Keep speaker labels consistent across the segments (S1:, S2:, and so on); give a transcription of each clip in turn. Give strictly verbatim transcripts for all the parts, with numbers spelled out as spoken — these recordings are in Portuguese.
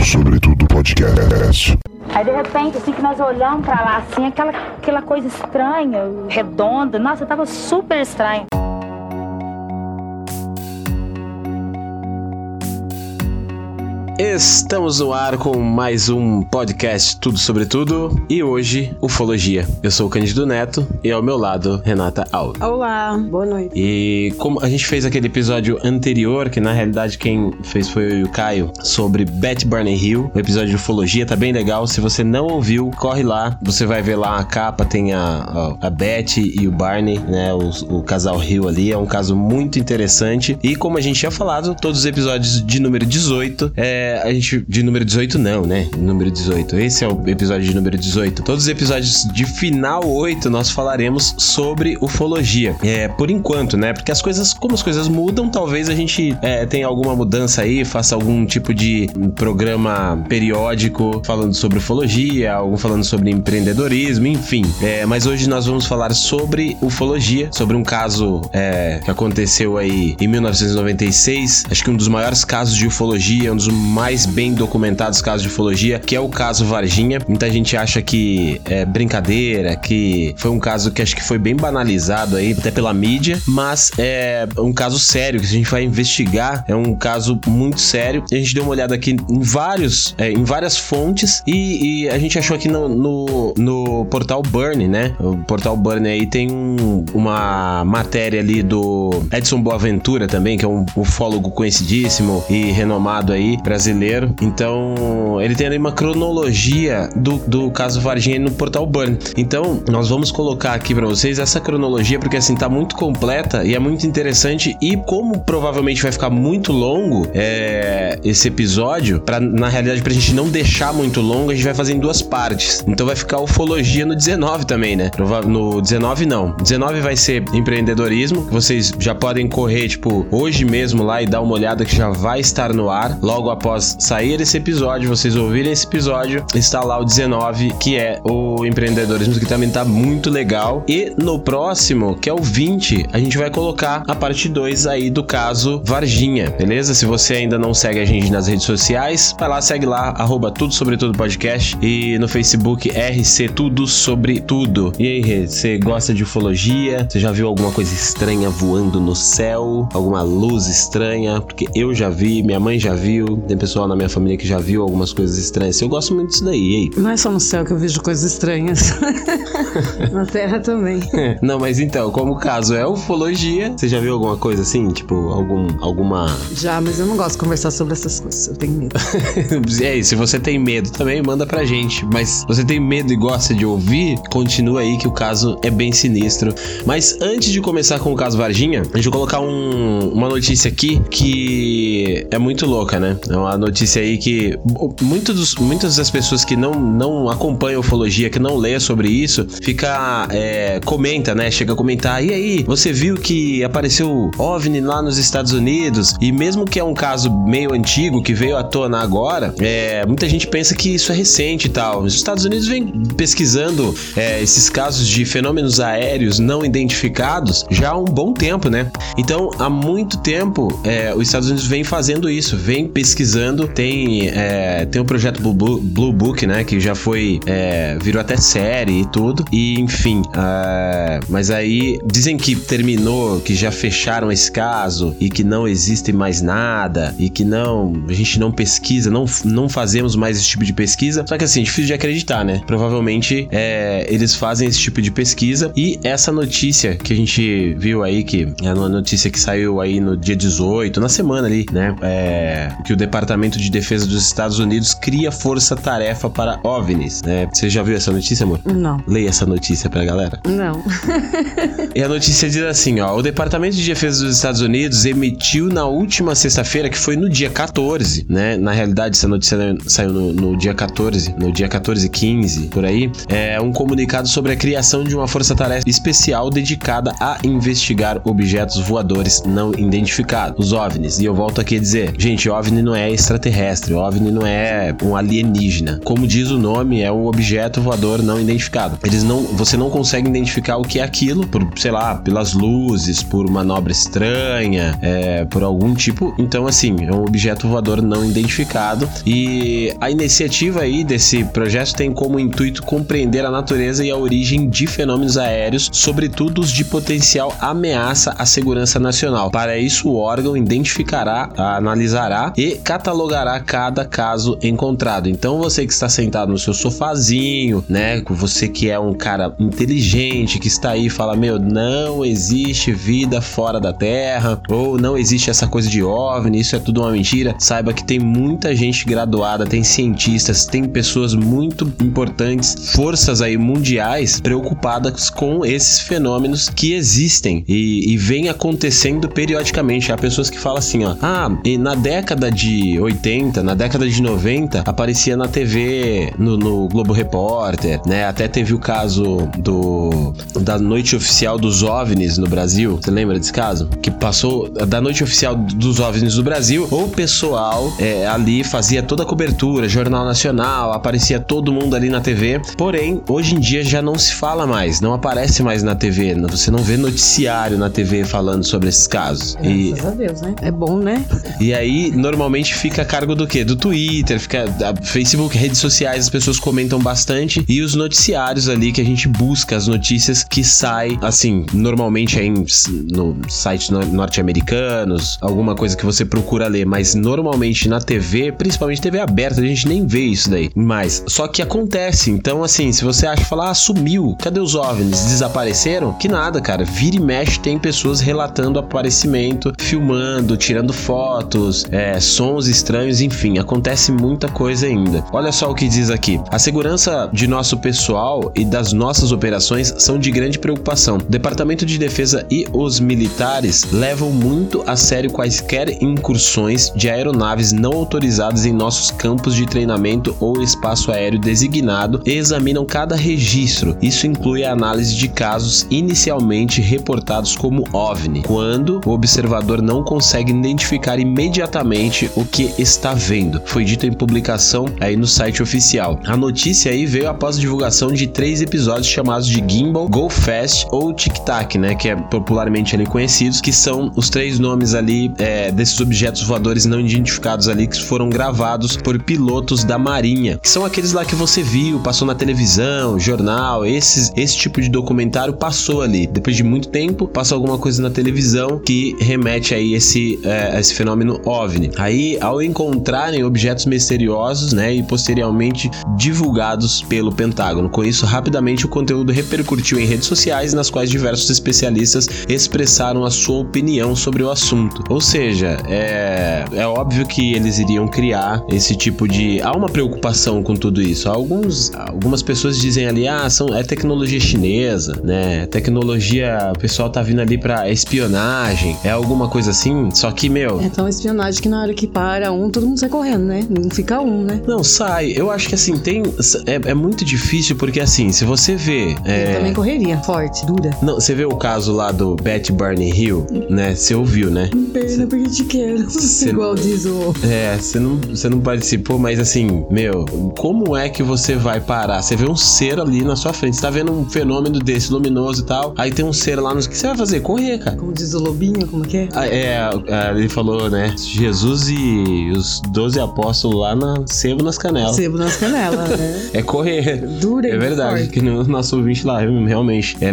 S1: Sobre Tudo Podcast.
S2: Aí de repente, assim que nós olhamos pra lá, assim, aquela, aquela coisa estranha, redonda, nossa, tava super estranho.
S3: Estamos no ar com mais um podcast Tudo Sobre Tudo e hoje, Ufologia. Eu sou o Cândido Neto e ao meu lado, Renata Alves.
S4: Olá, boa noite.
S3: E como a gente fez aquele episódio anterior, que na realidade quem fez foi o Caio, sobre Beth Barney Hill, o episódio de Ufologia, tá bem legal. Se você não ouviu, corre lá, você vai ver lá a capa, tem a, a, a Beth e o Barney, né, o, o casal Hill ali, é um caso muito interessante. E como a gente tinha falado, todos os episódios de número dezoito, é a gente, de número dezoito não, né? Número dezoito. Esse é o episódio de número dezoito. Todos os episódios de final oito nós falaremos sobre ufologia. É, por enquanto, né? Porque as coisas, como as coisas mudam, talvez a gente é, tenha alguma mudança aí, faça algum tipo de programa periódico falando sobre ufologia, algum falando sobre empreendedorismo, enfim. É, mas hoje nós vamos falar sobre ufologia, sobre um caso é, que aconteceu aí em mil novecentos e noventa e seis. Acho que um dos maiores casos de ufologia, um dos mais bem documentados casos de ufologia, que é o caso Varginha. Muita gente acha que é brincadeira, que foi um caso que acho que foi bem banalizado aí, até pela mídia, mas é um caso sério, que a gente vai investigar, é um caso muito sério. A gente deu uma olhada aqui em vários, é, em várias fontes e, e a gente achou aqui no, no, no portal Burn, né? O portal Burn aí tem um, uma matéria ali do Edson Boaventura também, que é um ufólogo conhecidíssimo e renomado aí, brasileiro. Então, ele tem ali uma cronologia do, do caso Varginha no portal Burn. Então, nós vamos colocar aqui pra vocês essa cronologia, porque assim, tá muito completa e é muito interessante. E como provavelmente vai ficar muito longo é, esse episódio, pra, na realidade, pra gente não deixar muito longo, a gente vai fazer em duas partes. Então vai ficar ufologia no dezenove também, né? No dezenove não. dezenove vai ser empreendedorismo, que vocês já podem correr, tipo, hoje mesmo lá e dar uma olhada que já vai estar no ar, logo após sair esse episódio, vocês ouvirem esse episódio, está lá o dezenove, que é o empreendedorismo, que também tá muito legal. E no próximo, que é o vinte, a gente vai colocar a parte dois aí do caso Varginha, beleza? Se você ainda não segue a gente nas redes sociais, vai lá, segue lá, arroba Tudo Sobre Tudo Podcast, e no Facebook R C Tudo Sobre Tudo. E aí, Rê, você gosta de ufologia? Você já viu alguma coisa estranha voando no céu? Alguma luz estranha? Porque eu já vi, minha mãe já viu, tem pessoal na minha família que já viu algumas coisas estranhas. Eu gosto muito disso daí, e aí?
S4: Não é só no céu que eu vejo coisas estranhas. Na terra também.
S3: Não, mas então, como o caso é ufologia, você já viu alguma coisa assim? Tipo, algum, alguma...
S4: Já, mas eu não gosto de conversar sobre essas coisas. Eu tenho medo.
S3: É isso, se você tem medo também, manda pra gente. Mas se você tem medo e gosta de ouvir, continua aí que o caso é bem sinistro. Mas antes de começar com o caso Varginha, a gente vai colocar um, uma notícia aqui que é muito louca, né? É uma notícia aí que muito dos, muitas das pessoas que não, não acompanham ufologia, que não lê sobre isso, fica, é, comenta, né? Chega a comentar, e aí, você viu que apareceu OVNI lá nos Estados Unidos? E mesmo que é um caso meio antigo, que veio à tona agora, é, muita gente pensa que isso é recente e tal. Os Estados Unidos vem pesquisando é, esses casos de fenômenos aéreos não identificados já há um bom tempo, né? Então, há muito tempo, é, os Estados Unidos vem fazendo isso, vem pesquisando, tem, é, tem o projeto Blue, Blue Book, né, que já foi, é, virou até série e tudo, e enfim, é, mas aí dizem que terminou, que já fecharam esse caso, e que não existe mais nada, e que não, a gente não pesquisa, não, não fazemos mais esse tipo de pesquisa, só que assim, difícil de acreditar, né, provavelmente é, eles fazem esse tipo de pesquisa, e essa notícia que a gente viu aí, que é uma notícia que saiu aí no dia dezoito, na semana ali, né, é, que o Departamento de Defesa dos Estados Unidos cria força-tarefa para OVNIs, né? Você já viu essa notícia, amor?
S4: Não.
S3: Leia essa notícia pra galera.
S4: Não.
S3: E a notícia diz assim, ó, o Departamento de Defesa dos Estados Unidos emitiu na última sexta-feira, que foi no dia quatorze, né? Na realidade, essa notícia saiu no, no dia quatorze, no dia quatorze, quinze, por aí, é um comunicado sobre a criação de uma força-tarefa especial dedicada a investigar objetos voadores não identificados, os OVNIs. E eu volto aqui a dizer, gente, OVNI não é extraterrestre, O V N I não é um alienígena. Como diz o nome, é um objeto voador não identificado. Eles não, você não consegue identificar o que é aquilo, por, sei lá, pelas luzes, por manobra estranha, é, por algum tipo. Então, assim, é um objeto voador não identificado. E a iniciativa aí desse projeto tem como intuito compreender a natureza e a origem de fenômenos aéreos, sobretudo os de potencial ameaça à segurança nacional. Para isso, o órgão identificará, analisará e catalogará cada caso encontrado. Então, você que está sentado no seu sofazinho, né, você que é um cara inteligente, que está aí e fala, meu, não existe vida fora da Terra, ou não existe essa coisa de O V N I, isso é tudo uma mentira, saiba que tem muita gente graduada, tem cientistas, tem pessoas muito importantes, forças aí mundiais preocupadas com esses fenômenos que existem e, e vem acontecendo periodicamente. Há pessoas que falam assim, ó, ah, e na década de oitenta, na década de noventa, aparecia na T V, no, no Globo Repórter, né, até teve o caso do da noite oficial dos O V N Is no Brasil, você lembra desse caso? Que passou da noite oficial dos O V N Is do Brasil, o pessoal é, ali fazia toda a cobertura, Jornal Nacional, aparecia todo mundo ali na T V, porém, hoje em dia já não se fala mais, não aparece mais na T V, você não vê noticiário na T V falando sobre esses casos.
S4: Graças
S3: e,
S4: a Deus, né? É bom, né?
S3: E aí, normalmente fica a cargo do quê? Do Twitter, fica Facebook, redes sociais, as pessoas comentam bastante, e os noticiários ali que a gente busca, as notícias que saem, assim, normalmente é em no sites norte-americanos, alguma coisa que você procura ler, mas normalmente na T V, principalmente T V aberta, a gente nem vê isso daí. Mas, só que acontece, então assim, se você acha, falar, ah, sumiu, cadê os O V Nis? Desapareceram? Que nada, cara, vira e mexe tem pessoas relatando aparecimento, filmando, tirando fotos, é, sons estranhos, enfim, acontece muita coisa ainda. Olha só o que diz aqui: a segurança de nosso pessoal e das nossas operações são de grande preocupação. O Departamento de Defesa e os militares levam muito a sério quaisquer incursões de aeronaves não autorizadas em nossos campos de treinamento ou espaço aéreo designado e examinam cada registro. Isso inclui a análise de casos inicialmente reportados como O V N I, quando o observador não consegue identificar imediatamente o que está vendo. Foi dito em publicação aí no site oficial. A notícia aí veio após a divulgação de três episódios chamados de Gimbal, Go Fast ou Tic Tac, né, que é popularmente ali conhecidos, que são os três nomes ali é, desses objetos voadores não identificados ali que foram gravados por pilotos da Marinha, que são aqueles lá que você viu, passou na televisão, jornal, esses, esse tipo de documentário passou ali, depois de muito tempo, passou alguma coisa na televisão que remete aí esse, é, esse fenômeno O V N I. Aí, ao encontrarem objetos misteriosos, né, e posteriormente divulgados pelo Pentágono. Com isso, rapidamente o conteúdo repercutiu em redes sociais, nas quais diversos especialistas expressaram a sua opinião sobre o assunto. Ou seja, é, é óbvio que eles iriam criar esse tipo de... Há uma preocupação com tudo isso. Alguns, algumas pessoas dizem ali, ah, são, é tecnologia chinesa, né? Tecnologia, o pessoal tá vindo ali pra espionagem, é alguma coisa assim, só que, meu...
S4: É tão espionagem que na hora que para um, todo mundo sai correndo, né? Não fica um, né?
S3: Não, sai. Eu acho que assim, tem... É, é muito difícil porque assim, se você vê... É...
S4: Eu também correria, forte, dura.
S3: Não, você vê o caso lá do Beth Barney Hill, né? Você ouviu, né?
S4: Pena porque te quero.
S3: Cê...
S4: Igual diz o...
S3: É, você não, você não participou, mas assim, meu, como é que você vai parar? Você vê um ser ali na sua frente, você tá vendo um fenômeno desse, luminoso e tal, aí tem um ser lá, no... o que você vai fazer? Correr, cara.
S4: Como diz o Lobinho, como que é?
S3: Ah, é, ele falou, né? Jesus e os doze apóstolos lá na sebo nas canelas.
S4: Sebo nas canelas, né?
S3: É correr.
S4: Dura e
S3: É verdade,
S4: forte.
S3: que no nosso ouvinte lá, realmente, ela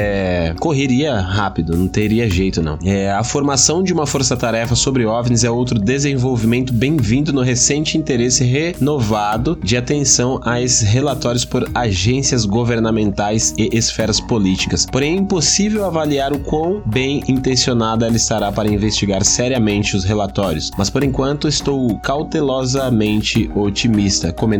S3: é, correria rápido, não teria jeito não. É, a formação de uma força-tarefa sobre O V Nis é outro desenvolvimento bem-vindo no recente interesse renovado de atenção a esses relatórios por agências governamentais e esferas políticas. Porém, é impossível avaliar o quão bem intencionada ela estará para investigar seriamente os relatórios. Mas por enquanto estou cautelosamente otimista, comentou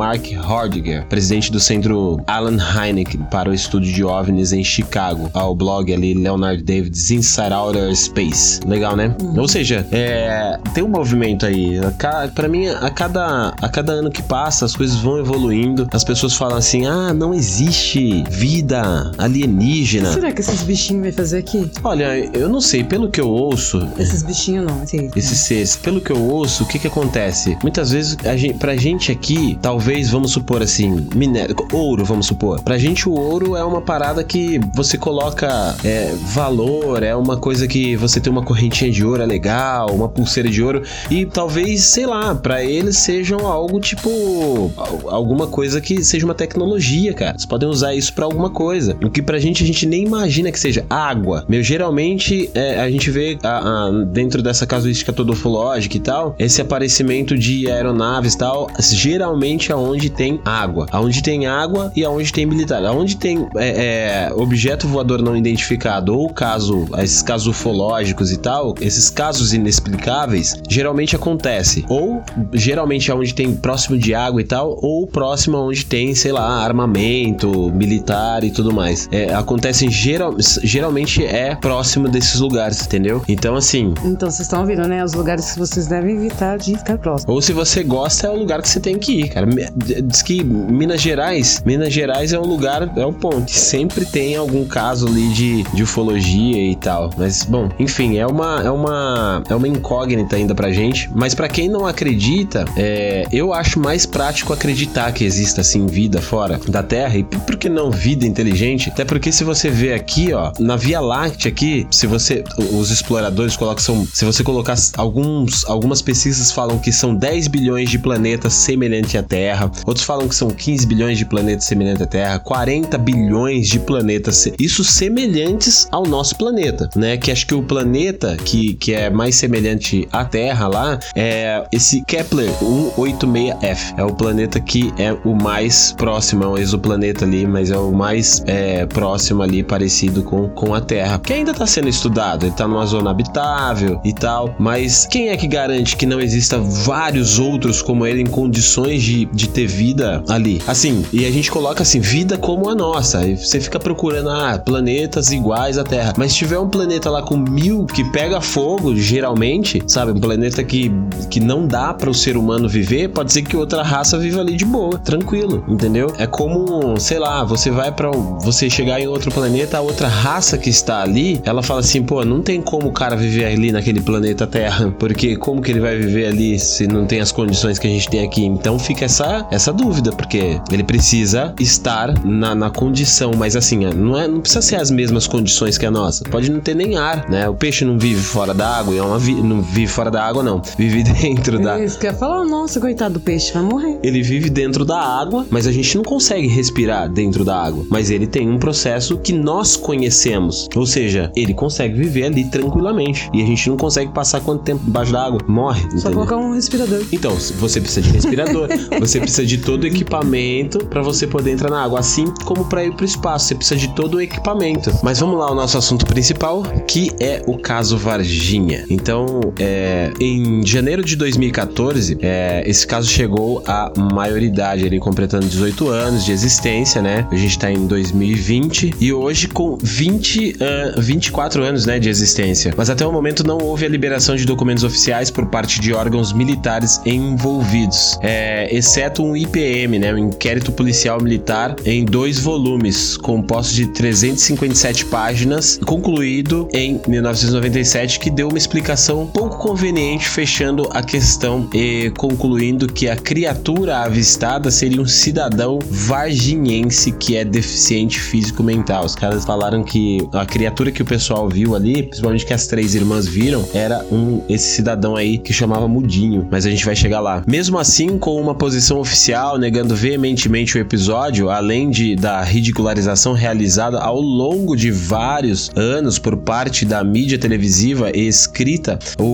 S3: Mark Hordiger, presidente do Centro Alan Hynek para o estudo de OVNIs em Chicago, ao blog ali Leonard David's Inside Outer Space. Legal, né? Uhum. Ou seja, é, tem um movimento aí. Pra mim, a cada, a cada ano que passa, as coisas vão evoluindo. As pessoas falam assim, ah, não existe vida alienígena.
S4: O que será que esses bichinhos vão fazer aqui?
S3: Olha, eu não sei, pelo que eu ouço...
S4: Esses bichinhos não, sim.
S3: Esses seres, pelo que eu ouço, o que que acontece? Muitas vezes, a gente, pra gente aqui, talvez, vamos supor assim, minério, ouro, vamos supor. Pra gente, o ouro é uma parada que você coloca é, valor, é uma coisa que você tem uma correntinha de ouro, é legal, uma pulseira de ouro, e talvez, sei lá, pra eles sejam algo tipo, alguma coisa que seja uma tecnologia, cara. Vocês podem usar isso pra alguma coisa. O que pra gente, a gente nem imagina que seja água. Meu, geralmente, é, a gente vê a, a, dentro dessa casuística toda ufológica e tal, esse aparecimento de aeronaves e tal, geralmente aonde tem água. Aonde tem água e aonde tem militar. Aonde tem é, é, objeto voador não identificado ou caso, esses casos ufológicos e tal, esses casos inexplicáveis, geralmente acontece. Ou, geralmente aonde tem próximo de água e tal, ou próximo aonde tem, sei lá, armamento militar e tudo mais. É, acontecem geral, geralmente é próximo desses lugares, entendeu? Então, assim...
S4: Então, vocês estão ouvindo, né? Os lugares que vocês devem evitar de ficar próximo.
S3: Ou se você gosta, é o lugar que você tem que ir, cara. Diz que Minas Gerais, Minas Gerais é um lugar, é um ponto. Sempre tem algum caso ali de, de ufologia e tal. Mas, bom, enfim, é uma, é uma, é uma incógnita ainda pra gente. Mas pra quem não acredita, é, eu acho mais prático acreditar que exista, assim, vida fora da Terra. E por que não vida inteligente? Até porque se você vê aqui, ó, na Via Láctea aqui, se você, os exploradores colocam, são, se você colocar alguns, algumas pesquisas falam que são dez bilhões de planetas semelhantes à Terra, outros falam que são quinze bilhões de planetas semelhantes à Terra, quarenta bilhões de planetas, isso semelhantes ao nosso planeta, né? Que acho que o planeta que, que é mais semelhante à Terra lá é esse Kepler cento e oitenta e seis F, é o planeta que é o mais próximo, é um exoplaneta ali, mas é o mais é, próximo ali, parecido com, com a Terra, que ainda está sendo estudado, ele está numa zona habitável e tal, mas quem é que garante que não exista vários outros como ele em condições de, de ter vida ali? Assim, e a gente coloca assim, vida como a nossa, e você fica procurando, ah, planetas iguais à Terra, mas se tiver um planeta lá com mil que pega fogo, geralmente, sabe, um planeta que, que não dá para o ser humano viver, pode ser que outra raça viva ali de boa, tranquilo, entendeu? É como, sei lá, você vai para você chegar em outro planeta, a outra raça que está ali, ela fala assim, pô, não tem como o cara viver ali naquele planeta Terra, porque como que ele vai viver ali se não tem as condições que a gente tem aqui? Então fica essa, essa dúvida, porque ele precisa estar na, na condição, mas assim, não, é, não precisa ser as mesmas condições que a nossa, pode não ter nem ar, né? O peixe não vive fora da água, é uma vi, não vive fora da água não, vive dentro da...
S4: Isso, quer falar, nossa, coitado do peixe, vai morrer.
S3: Ele vive dentro da água, mas a gente não consegue respirar dentro da água, mas ele tem um processo que nós conhecemos, ou seja, ele consegue viver ali tranquilamente, e a gente não consegue passar quanto tempo debaixo da água, morre,
S4: só
S3: entendeu?
S4: colocar um respirador.
S3: Então, você precisa de respirador, você precisa de todo o equipamento para você poder entrar na água, assim como para ir pro espaço, você precisa de todo o equipamento. Mas vamos lá ao nosso assunto principal, que é o caso Varginha. Então, é, em janeiro de dois mil e catorze, é, esse caso chegou à maioridade, ele completando dezoito anos de existência, né? A gente tá em dois mil e vinte e hoje com vinte, uh, vinte e quatro anos, né, de existência. Mas até o momento não houve a liberação de documentos oficiais por parte de órgãos militares envolvidos, é, exceto um I P M, né, um inquérito policial militar em dois volumes, composto de trezentas e cinquenta e sete páginas, concluído em mil novecentos e noventa e sete, que deu uma explicação pouco conveniente, fechando a questão e concluindo que a criatura avistada seria um cidadão varginhense que é deficiente físico-mental. Os caras falaram que a criatura que o pessoal viu ali, principalmente que as três irmãs viram, era um esse cidadão aí que chamava Mudinho, mas a gente vai chegar lá. Mesmo assim, com uma posição oficial negando veementemente o episódio, além de da ridicularização realizada ao longo de vários anos por parte da mídia televisiva e escrita, o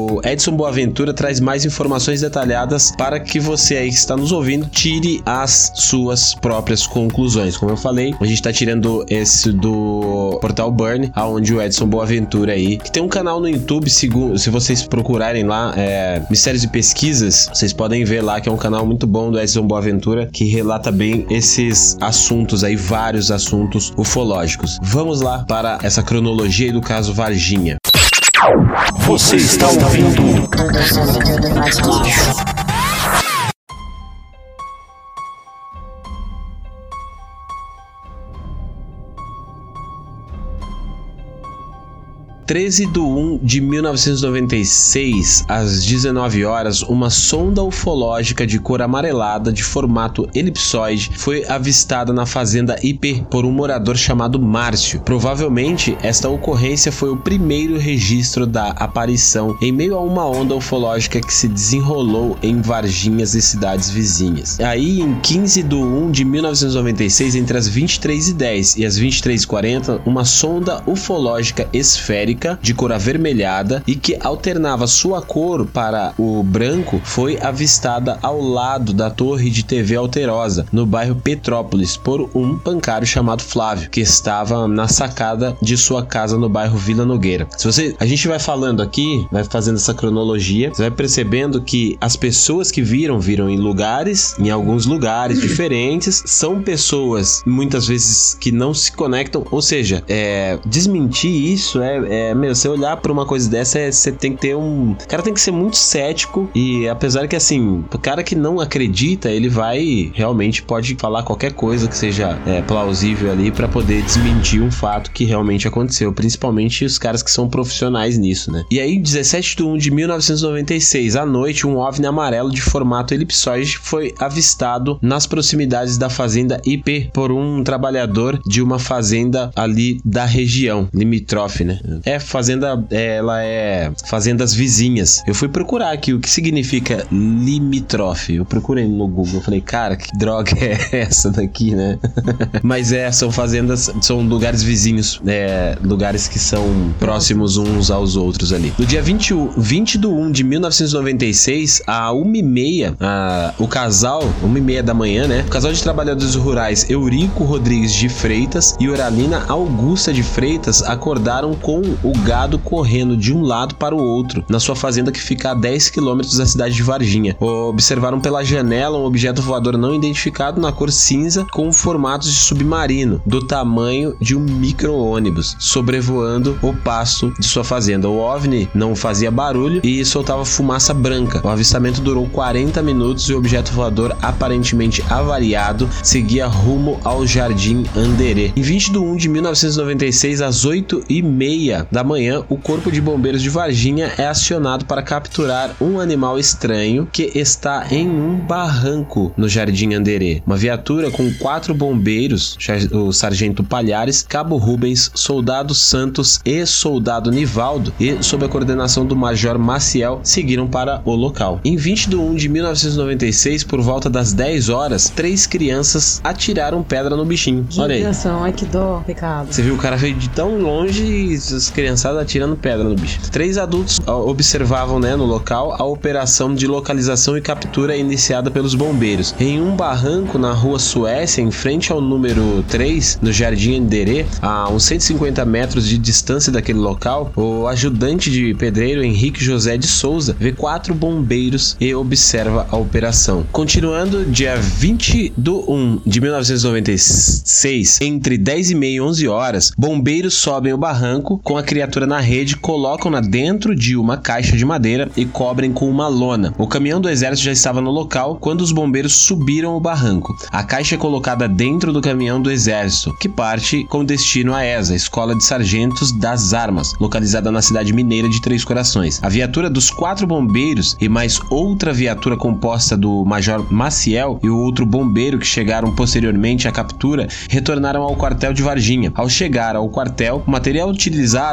S3: o Edson Boaventura traz mais informações detalhadas para que você aí que está nos ouvindo tire as suas próprias conclusões. Como eu falei, a gente está tirando esse do portal Burn, aonde o Edson Boaventura aí, que tem um canal no YouTube, segundo, se vocês procurarem lá, é, Mistérios e Pesquisas, vocês podem ver lá que é um canal muito bom do Edson Boaventura, que relata bem esses assuntos aí, vários assuntos ufológicos. Vamos lá para essa cronologia do caso Varginha.
S1: Você está ouvindo
S3: treze de um de mil novecentos e noventa e seis, às dezenove horas, uma sonda ufológica de cor amarelada de formato elipsoide foi avistada na fazenda I P por um morador chamado Márcio. Provavelmente, esta ocorrência foi o primeiro registro da aparição em meio a uma onda ufológica que se desenrolou em Varginhas e cidades vizinhas. Aí, em quinze de um de mil novecentos e noventa e seis, entre as vinte e três e dez e as vinte e três e quarenta, uma sonda ufológica esférica de cor avermelhada e que alternava sua cor para o branco foi avistada ao lado da torre de T V Alterosa, no bairro Petrópolis, por um bancário chamado Flávio, que estava na sacada de sua casa no bairro Vila Nogueira. Se você, a gente vai falando aqui, vai fazendo essa cronologia, você vai percebendo que as pessoas que viram, viram em lugares, em alguns lugares diferentes, são pessoas muitas vezes que não se conectam, ou seja, é, desmentir isso é, é É, meu, você olhar pra uma coisa dessa, é, você tem que ter um... O cara tem que ser muito cético e apesar que, assim, o cara que não acredita, ele vai, realmente pode falar qualquer coisa que seja é, plausível ali pra poder desmentir um fato que realmente aconteceu, principalmente os caras que são profissionais nisso, né? E aí, dezessete de um de mil novecentos e noventa e seis, à noite, um OVNI amarelo de formato elipsoide foi avistado nas proximidades da fazenda I P por um trabalhador de uma fazenda ali da região, limítrofe, né? É fazenda, ela é fazendas vizinhas. Eu fui procurar aqui o que significa limítrofe. Eu procurei no Google, eu falei, cara, que droga é essa daqui, né? Mas é, são fazendas, são lugares vizinhos, é, lugares que são próximos uns aos outros ali. No dia vinte, vinte de um de mil novecentos e noventa e seis, a uma e meia, a, o casal, uma e meia da manhã, né? O casal de trabalhadores rurais Eurico Rodrigues de Freitas e Oralina Augusta de Freitas acordaram com o gado correndo de um lado para o outro, na sua fazenda que fica a dez quilômetros da cidade de Varginha. Observaram pela janela um objeto voador não identificado na cor cinza com formatos de submarino, do tamanho de um micro-ônibus, sobrevoando o pasto de sua fazenda. O OVNI não fazia barulho e soltava fumaça branca. O avistamento durou quarenta minutos e o objeto voador, aparentemente avariado, seguia rumo ao Jardim Anderê. Em vinte de um de mil novecentos e noventa e seis, às oito e meia da manhã, o Corpo de Bombeiros de Varginha é acionado para capturar um animal estranho que está em um barranco no Jardim Anderê. Uma viatura com quatro bombeiros, o sargento Palhares, cabo Rubens, soldado Santos e soldado Nivaldo, e sob a coordenação do major Maciel, seguiram para o local. Em vinte de um de mil novecentos e noventa e seis, por volta das dez horas, três crianças atiraram pedra no bichinho. Olha aí.
S4: Ai, que dó, pecado.
S3: Você viu, o cara veio de tão longe e as criançadas atirando pedra no bicho. Três adultos observavam, né, no local a operação de localização e captura iniciada pelos bombeiros. Em um barranco na rua Suécia, em frente ao número três, no Jardim Anderê, a uns cento e cinquenta metros de distância daquele local, o ajudante de pedreiro Henrique José de Souza vê quatro bombeiros e observa a operação. Continuando, dia vinte de um de mil novecentos e noventa e seis, entre dez e meia e onze horas, bombeiros sobem o barranco com a criatura na rede, colocam-na dentro de uma caixa de madeira e cobrem com uma lona. O caminhão do exército já estava no local quando os bombeiros subiram o barranco. A caixa é colocada dentro do caminhão do exército, que parte com destino à E S A, Escola de Sargentos das Armas, localizada na cidade mineira de Três Corações. A viatura dos quatro bombeiros e mais outra viatura composta do major Maciel e o outro bombeiro que chegaram posteriormente à captura retornaram ao quartel de Varginha. Ao chegar ao quartel, o material utilizado